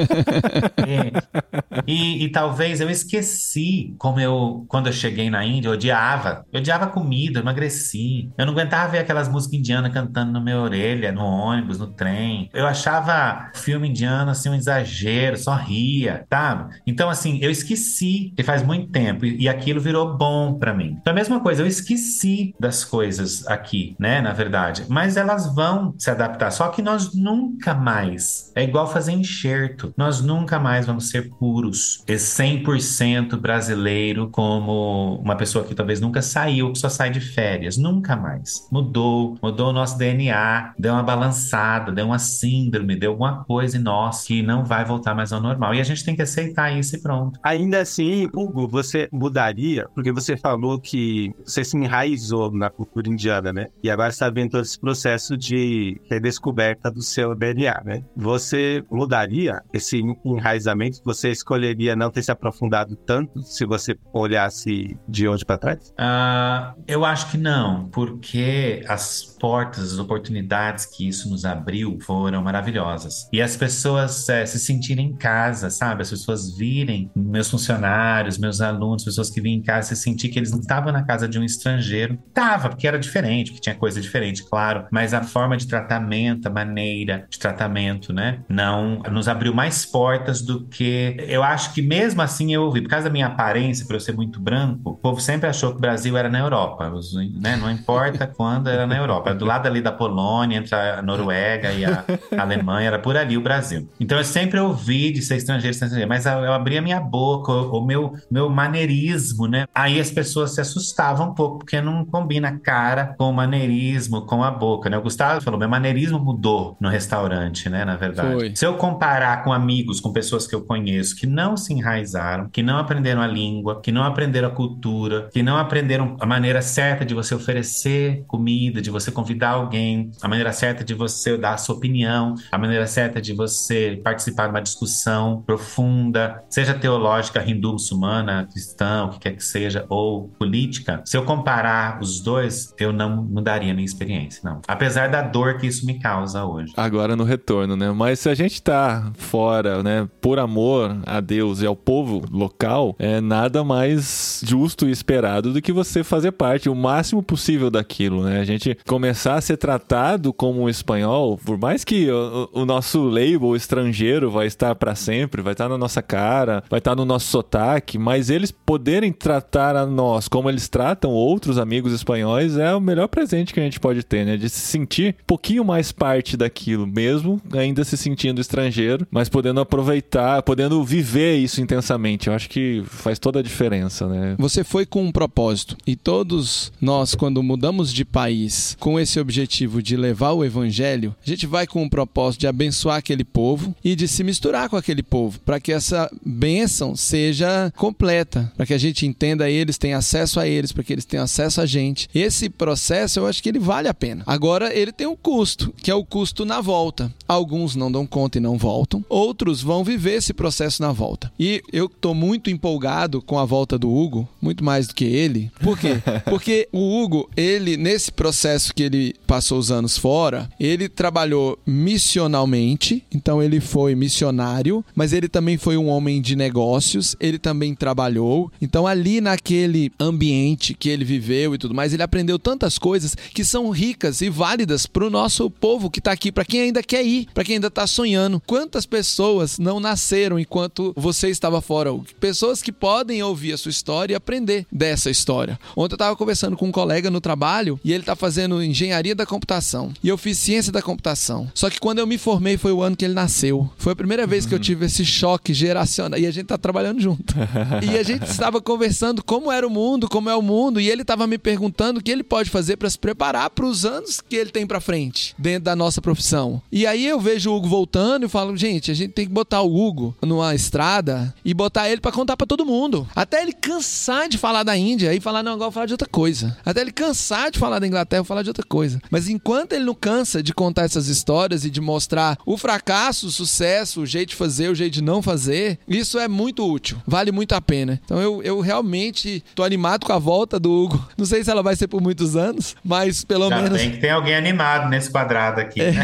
É. E, e talvez eu esqueci como eu, quando eu cheguei na Índia, eu odiava. Eu odiava comida, eu emagreci. Eu não aguentava ver aquelas músicas indianas cantando na minha orelha, no ônibus, no trem. Eu achava filme indiano assim um exagero, só ria, tá? Então, assim, eu esqueci, que faz muito tempo, e, e aquilo virou bom pra mim. Então, a mesma coisa, eu esqueci das coisas aqui, né, na verdade. Mas elas vão se adaptar. voltar. Só que nós nunca mais, é igual fazer enxerto, nós nunca mais vamos ser puros, e cem por cento brasileiro, como uma pessoa que talvez nunca saiu, que só sai de férias. Nunca mais. Mudou, mudou o nosso D N A, deu uma balançada, deu uma síndrome, deu alguma coisa em nós que não vai voltar mais ao normal. E a gente tem que aceitar isso e pronto. Ainda assim, Hugo, você mudaria, porque você falou que você se enraizou na cultura indiana, né? E agora você está vendo todo esse processo de redescoberta do seu D N A, né? Você mudaria esse enraizamento? Você escolheria não ter se aprofundado tanto se você olhasse de hoje para trás? Uh, eu acho que não, porque as portas, as oportunidades que isso nos abriu foram maravilhosas. E as pessoas é, se sentirem em casa, sabe? As pessoas virem, meus funcionários, meus alunos, pessoas que vinham em casa, se sentir que eles não estavam na casa de um estrangeiro. Tava, porque era diferente, porque tinha coisa diferente, claro. Mas a forma de tratamento, a maneira de tratamento, né? Não, nos abriu mais portas do que... Eu acho que mesmo assim eu ouvi, por causa da minha aparência, por eu ser muito branco, o povo sempre achou que o Brasil era na Europa, né? Não importa quando, era na Europa. Do lado ali da Polônia, entre a Noruega e a Alemanha, era por ali o Brasil. Então eu sempre ouvi de ser estrangeiro, ser estrangeiro, mas eu abria minha boca, o, o meu, meu maneirismo, né? Aí as pessoas se assustavam um pouco, porque não combina a cara com o maneirismo, com a boca, né? O Gustavo falou, meu maneirismo mudou no restaurante, né? Na verdade. Foi. Se eu comparar com amigos, com pessoas que eu conheço, que não se enraizaram, que não aprenderam a língua, que não aprenderam a cultura, que não aprenderam a maneira certa de você oferecer comida, de você convidar alguém, a maneira certa de você dar a sua opinião, a maneira certa de você participar de uma discussão profunda, seja teológica, hindu, muçulmana, cristã, o que quer que seja, ou política. Se eu comparar os dois, eu não mudaria a minha experiência, não. Apesar da dor que isso me causa hoje. Agora no retorno, né? Mas se a gente tá fora, né, por amor a Deus e ao povo local, é nada mais justo e esperado do que você fazer parte o máximo possível daquilo, né? A gente começar a ser tratado como um espanhol, por mais que o, o nosso label estrangeiro vai estar para sempre, vai estar na nossa cara, vai estar no nosso sotaque, mas eles poderem tratar a nós como eles tratam outros amigos espanhóis é o melhor presente que a gente pode ter, né? De se sentir um pouquinho mais parte daquilo, mesmo ainda se sentindo estrangeiro, mas podendo aproveitar, podendo viver isso intensamente. Eu acho que faz toda a diferença, né? Você foi com um propósito, e todos nós, quando mudamos de país com esse objetivo de levar o evangelho, a gente vai com o propósito de abençoar aquele povo e de se misturar com aquele povo, para que essa bênção seja completa, para que a gente entenda eles, tenha acesso a eles, para que eles tenham acesso a gente. Esse processo, eu acho que ele vale a pena. Agora, ele tem um custo, que é o custo na volta. Alguns não dão conta e não voltam, outros vão viver esse processo na volta. E eu tô muito empolgado com a volta do Hugo, muito mais do que ele. Por quê? Porque o Hugo, ele, nesse processo que ele passou os anos fora, ele trabalhou missionalmente, então ele foi missionário, mas ele também foi um homem de negócios, ele também trabalhou, então ali naquele ambiente que ele viveu e tudo mais, ele aprendeu tantas coisas que são ricas e válidas para o nosso povo que está aqui, para quem ainda quer ir, para quem ainda está sonhando. Quantas pessoas não nasceram enquanto você estava fora, Hugo? Pessoas que podem ouvir a sua história e aprender dessa história. Ontem eu estava conversando com um colega no trabalho e ele está fazendo engenharia da computação e eu fiz ciência da computação. Só que quando eu me formei foi o ano que ele nasceu. Foi a primeira vez que eu tive esse choque geracional e a gente tá trabalhando junto. E a gente estava conversando como era o mundo, como é o mundo, e ele estava me perguntando o que ele pode fazer para se preparar para os anos que ele tem para frente dentro da nossa profissão. E aí eu vejo o Hugo voltando e falo, gente, a gente tem que botar o Hugo numa estrada e botar ele para contar para todo mundo. Até ele cansar de falar da Índia e falar, não, agora eu vou falar de outra coisa. Até ele cansar de falar da Inglaterra e falar de outra coisa. Mas enquanto ele não cansa de contar essas histórias e de mostrar o fracasso, o sucesso, o jeito de fazer, o jeito de não fazer, isso é muito útil. Vale muito a pena. Então eu, eu realmente tô animado com a volta do Hugo. Não sei se ela vai ser por muitos anos, mas pelo Já menos... tem que ter alguém animado nesse quadrado aqui, né?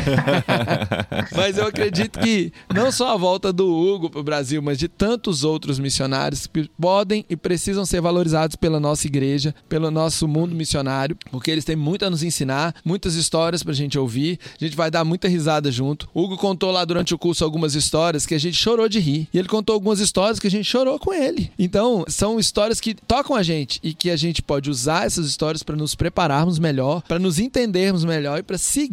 Mas eu acredito que não só a volta do Hugo pro Brasil, mas de tantos outros missionários que podem e precisam ser valorizados pela nossa igreja, pelo nosso mundo missionário, porque eles têm muito a nos ensinar, muitas histórias pra gente ouvir, a gente vai dar muita risada junto. O Hugo contou lá durante o curso algumas histórias que a gente chorou de rir, e ele contou algumas histórias que a gente chorou com ele. Então, são histórias que tocam a gente e que a gente pode usar essas histórias para nos prepararmos melhor, para nos entendermos melhor e para seguir melhor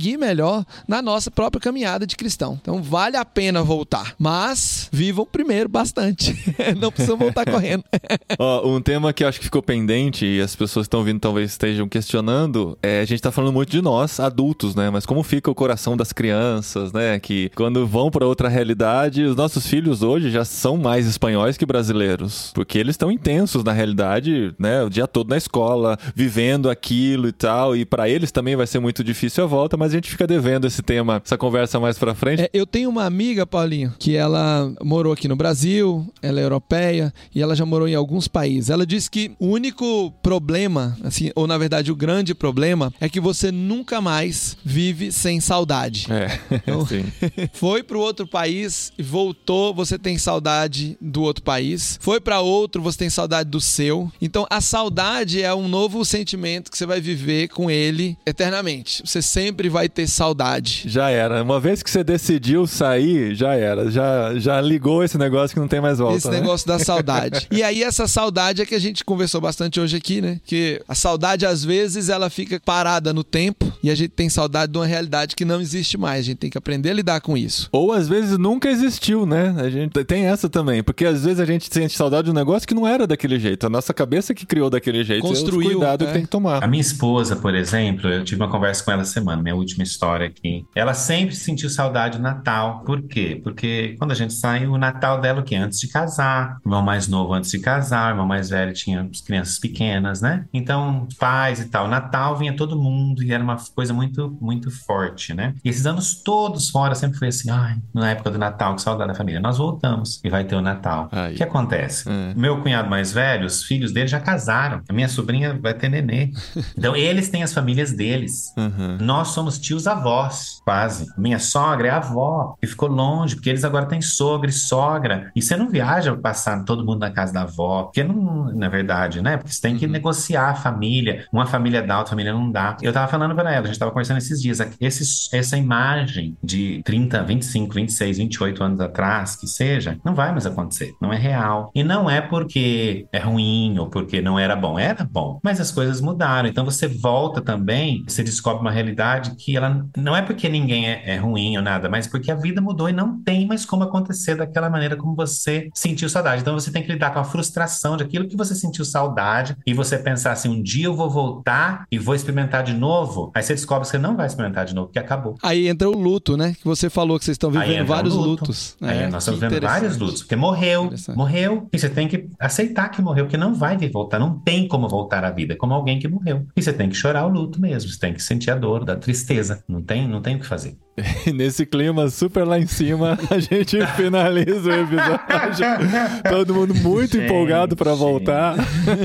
melhor na nossa própria caminhada de cristão. Então vale a pena voltar, mas vivam primeiro bastante. Não precisam voltar correndo. Ó, um tema que eu acho que ficou pendente e as pessoas que estão vindo talvez estejam questionando, é, a gente tá falando muito de nós, adultos, né? Mas como fica o coração das crianças, né? Que quando vão para outra realidade, os nossos filhos hoje já são mais espanhóis que brasileiros, porque eles estão intensos na realidade, né? O dia todo na escola, vivendo aquilo e tal, e para eles também vai ser muito difícil a volta, mas a gente fica devendo esse tema, essa conversa mais pra frente. É, eu tenho uma amiga, Paulinho, que ela morou aqui no Brasil, ela é europeia e ela já morou em alguns países. Ela disse que o único problema, assim, ou na verdade o grande problema, é que você nunca mais vive sem saudade. É, então, sim. Foi pro outro país, voltou, você tem saudade do outro país. Foi pra outro, você tem saudade do seu. Então a saudade é um novo sentimento que você vai viver com ele eternamente. Você sempre vai ter saudade. Já era. Uma vez que você decidiu sair, já era. Já, já ligou esse negócio que não tem mais volta, Esse né? negócio da saudade. E aí essa saudade é que a gente conversou bastante hoje aqui, né? Que a saudade, às vezes, ela fica parada no tempo e a gente tem saudade de uma realidade que não existe mais. A gente tem que aprender a lidar com isso. Ou às vezes nunca existiu, né? A gente tem essa também. Porque às vezes a gente sente saudade de um negócio que não era daquele jeito. A nossa cabeça que criou daquele jeito. Construiu, é o cuidado é. que tem que tomar. A minha esposa, por exemplo, eu tive uma conversa com ela essa semana, minha última história aqui. Ela sempre sentiu saudade do Natal. Por quê? Porque quando a gente saiu, o Natal dela, o quê? Antes de casar. O irmão mais novo antes de casar, o irmão mais velho tinha crianças pequenas, né? Então, pais e tal. Natal vinha todo mundo e era uma coisa muito, muito forte, né? E esses anos todos fora sempre foi assim, ai, na época do Natal, que saudade da família. Nós voltamos e vai ter o Natal. Aí. O que acontece? É. Meu cunhado mais velho, os filhos dele já casaram. A minha sobrinha vai ter nenê. Então, eles têm as famílias deles. Uhum. Nós somos tios-avós, quase. Minha sogra é avó, que ficou longe, porque eles agora têm sogra e sogra. E você não viaja passar todo mundo na casa da avó, porque não, na verdade, né? Porque você tem que Uhum. negociar a família. Uma família dá, outra família não dá. Eu tava falando para ela, a gente tava conversando esses dias, esse, essa imagem de trinta, vinte e cinco, vinte e seis, vinte e oito anos atrás, que seja, não vai mais acontecer. Não é real. E não é porque é ruim ou porque não era bom. Era bom, mas as coisas mudaram. Então você volta também, você descobre uma realidade que ela não é porque ninguém é, é ruim ou nada, mas porque a vida mudou e não tem mais como acontecer daquela maneira como você sentiu saudade. Então você tem que lidar com a frustração de aquilo que você sentiu saudade e você pensar assim, um dia eu vou voltar e vou experimentar de novo. Aí você descobre que você não vai experimentar de novo, porque acabou. Aí entra o luto, né? Que você falou que vocês estão Aí vivendo entra vários o luto. lutos. Aí É, nós que estamos vivendo interessante. vários lutos, porque morreu, Interessante. morreu, e você tem que aceitar que morreu, porque não vai voltar, não tem como voltar à vida, é como alguém que morreu. E você tem que chorar o luto mesmo, você tem que sentir a dor da tristeza, não tem, não tem o que fazer. E nesse clima super lá em cima, a gente finaliza o episódio. Todo mundo muito Gente. empolgado pra voltar.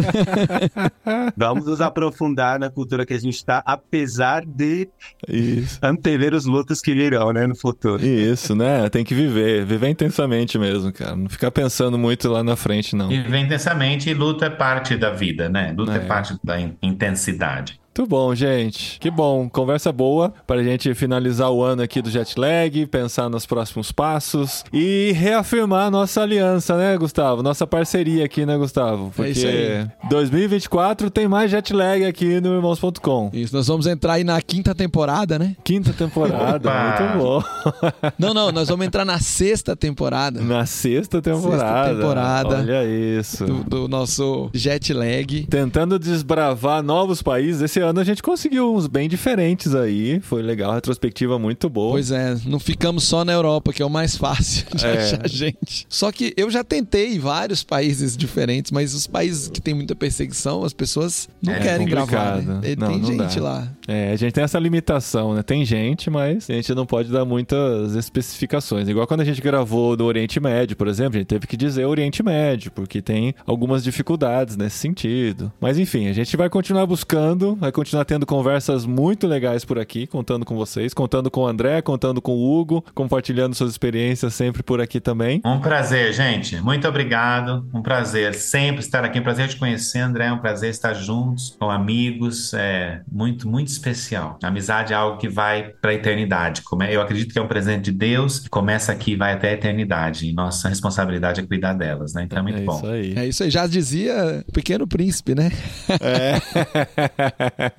Vamos nos aprofundar na cultura que a gente está, apesar de Isso. antever os lutos que virão, né, no futuro. Isso, né? Tem que viver. Viver intensamente mesmo, cara. Não ficar pensando muito lá na frente, não. Viver intensamente, e luto é parte da vida, né? Luto é, É. parte da in- intensidade. Muito bom, gente. Que bom. Conversa boa pra gente finalizar o ano aqui do Jetlag, pensar nos próximos passos e reafirmar a nossa aliança, né, Gustavo? Nossa parceria aqui, né, Gustavo? Porque É isso aí. dois mil e vinte e quatro tem mais Jetlag aqui no irmãos ponto com. Isso, nós vamos entrar aí na quinta temporada, né? Quinta temporada, Opa! muito bom. Não, não, nós vamos entrar na sexta temporada Na sexta temporada. Sexta temporada. Olha isso. do, do nosso jet lag. Tentando desbravar novos países. Esse ano a gente conseguiu uns bem diferentes aí. Foi legal, retrospectiva muito boa. Pois é, não ficamos só na Europa, que é o mais fácil de É. achar gente. Só que eu já tentei em vários países diferentes, mas os países que tem muita perseguição, as pessoas não É querem gravar, complicado. né? E Não, tem não gente dá. lá. É, a gente tem essa limitação, né? Tem gente, mas a gente não pode dar muitas especificações. Igual quando a gente gravou do Oriente Médio, por exemplo, a gente teve que dizer Oriente Médio, porque tem algumas dificuldades nesse sentido. Mas enfim, a gente vai continuar buscando, vai continuar tendo conversas muito legais por aqui, contando com vocês, contando com o André, contando com o Hugo, compartilhando suas experiências sempre por aqui também. Um prazer, gente. Muito obrigado. Um prazer sempre estar aqui. Um prazer te conhecer, André. Um prazer estar juntos com amigos. É muito, muito especial. A amizade é algo que vai para a eternidade. Como é- Eu acredito que é um presente de Deus que começa aqui e vai até a eternidade. E nossa responsabilidade é cuidar delas, né? Então é muito é bom. isso aí. É isso aí, já dizia o Pequeno Príncipe, né? É.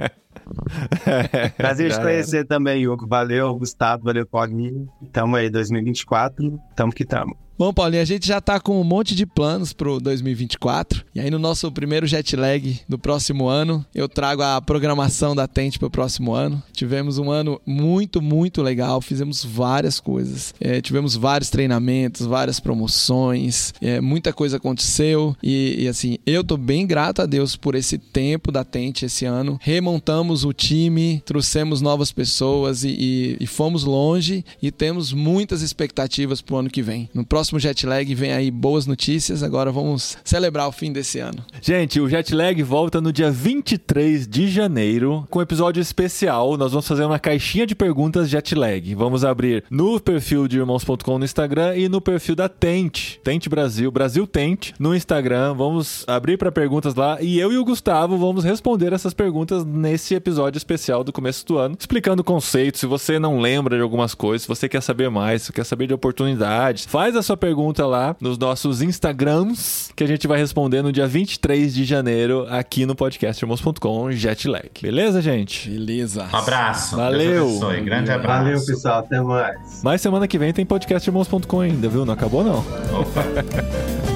É, prazer Já te conhecer também, Hugo. Valeu, Gustavo. Valeu, Paulinho. Tamo aí, dois mil e vinte e quatro. Tamo que tamo. Bom, Paulinho, a gente já tá com um monte de planos pro dois mil e vinte e quatro. E aí no nosso primeiro jet lag do próximo ano, eu trago a programação da Tente pro próximo ano. Tivemos um ano muito, muito legal. Fizemos várias coisas. É, tivemos vários treinamentos, várias promoções. É, muita coisa aconteceu. E, e assim, eu tô bem grato a Deus por esse tempo da Tente esse ano. Remontamos o time, trouxemos novas pessoas e, e, e fomos longe. E temos muitas expectativas pro ano que vem. No próximo jet lag vem aí boas notícias. Agora vamos celebrar o fim desse ano. Gente, o jet lag volta no dia vinte e três de janeiro com um episódio especial. Nós vamos fazer uma caixinha de perguntas jet lag. Vamos abrir no perfil de irmãos ponto com no Instagram e no perfil da Tente, Tente Brasil, Brasil Tente, no Instagram. Vamos abrir para perguntas lá e eu e o Gustavo vamos responder essas perguntas nesse episódio especial do começo do ano, explicando conceitos. Se você não lembra de algumas coisas, se você quer saber mais, se quer saber de oportunidades, faz a sua pergunta lá nos nossos Instagrams, que a gente vai responder no dia vinte e três de janeiro aqui no podcast irmãos ponto com Jetlag. Beleza, gente? Beleza. Um abraço. Valeu. Deus abençoe. Grande abraço. Valeu, pessoal. Até mais. Mas semana que vem tem podcast irmãos ponto com ainda, viu? Não acabou, não. Opa.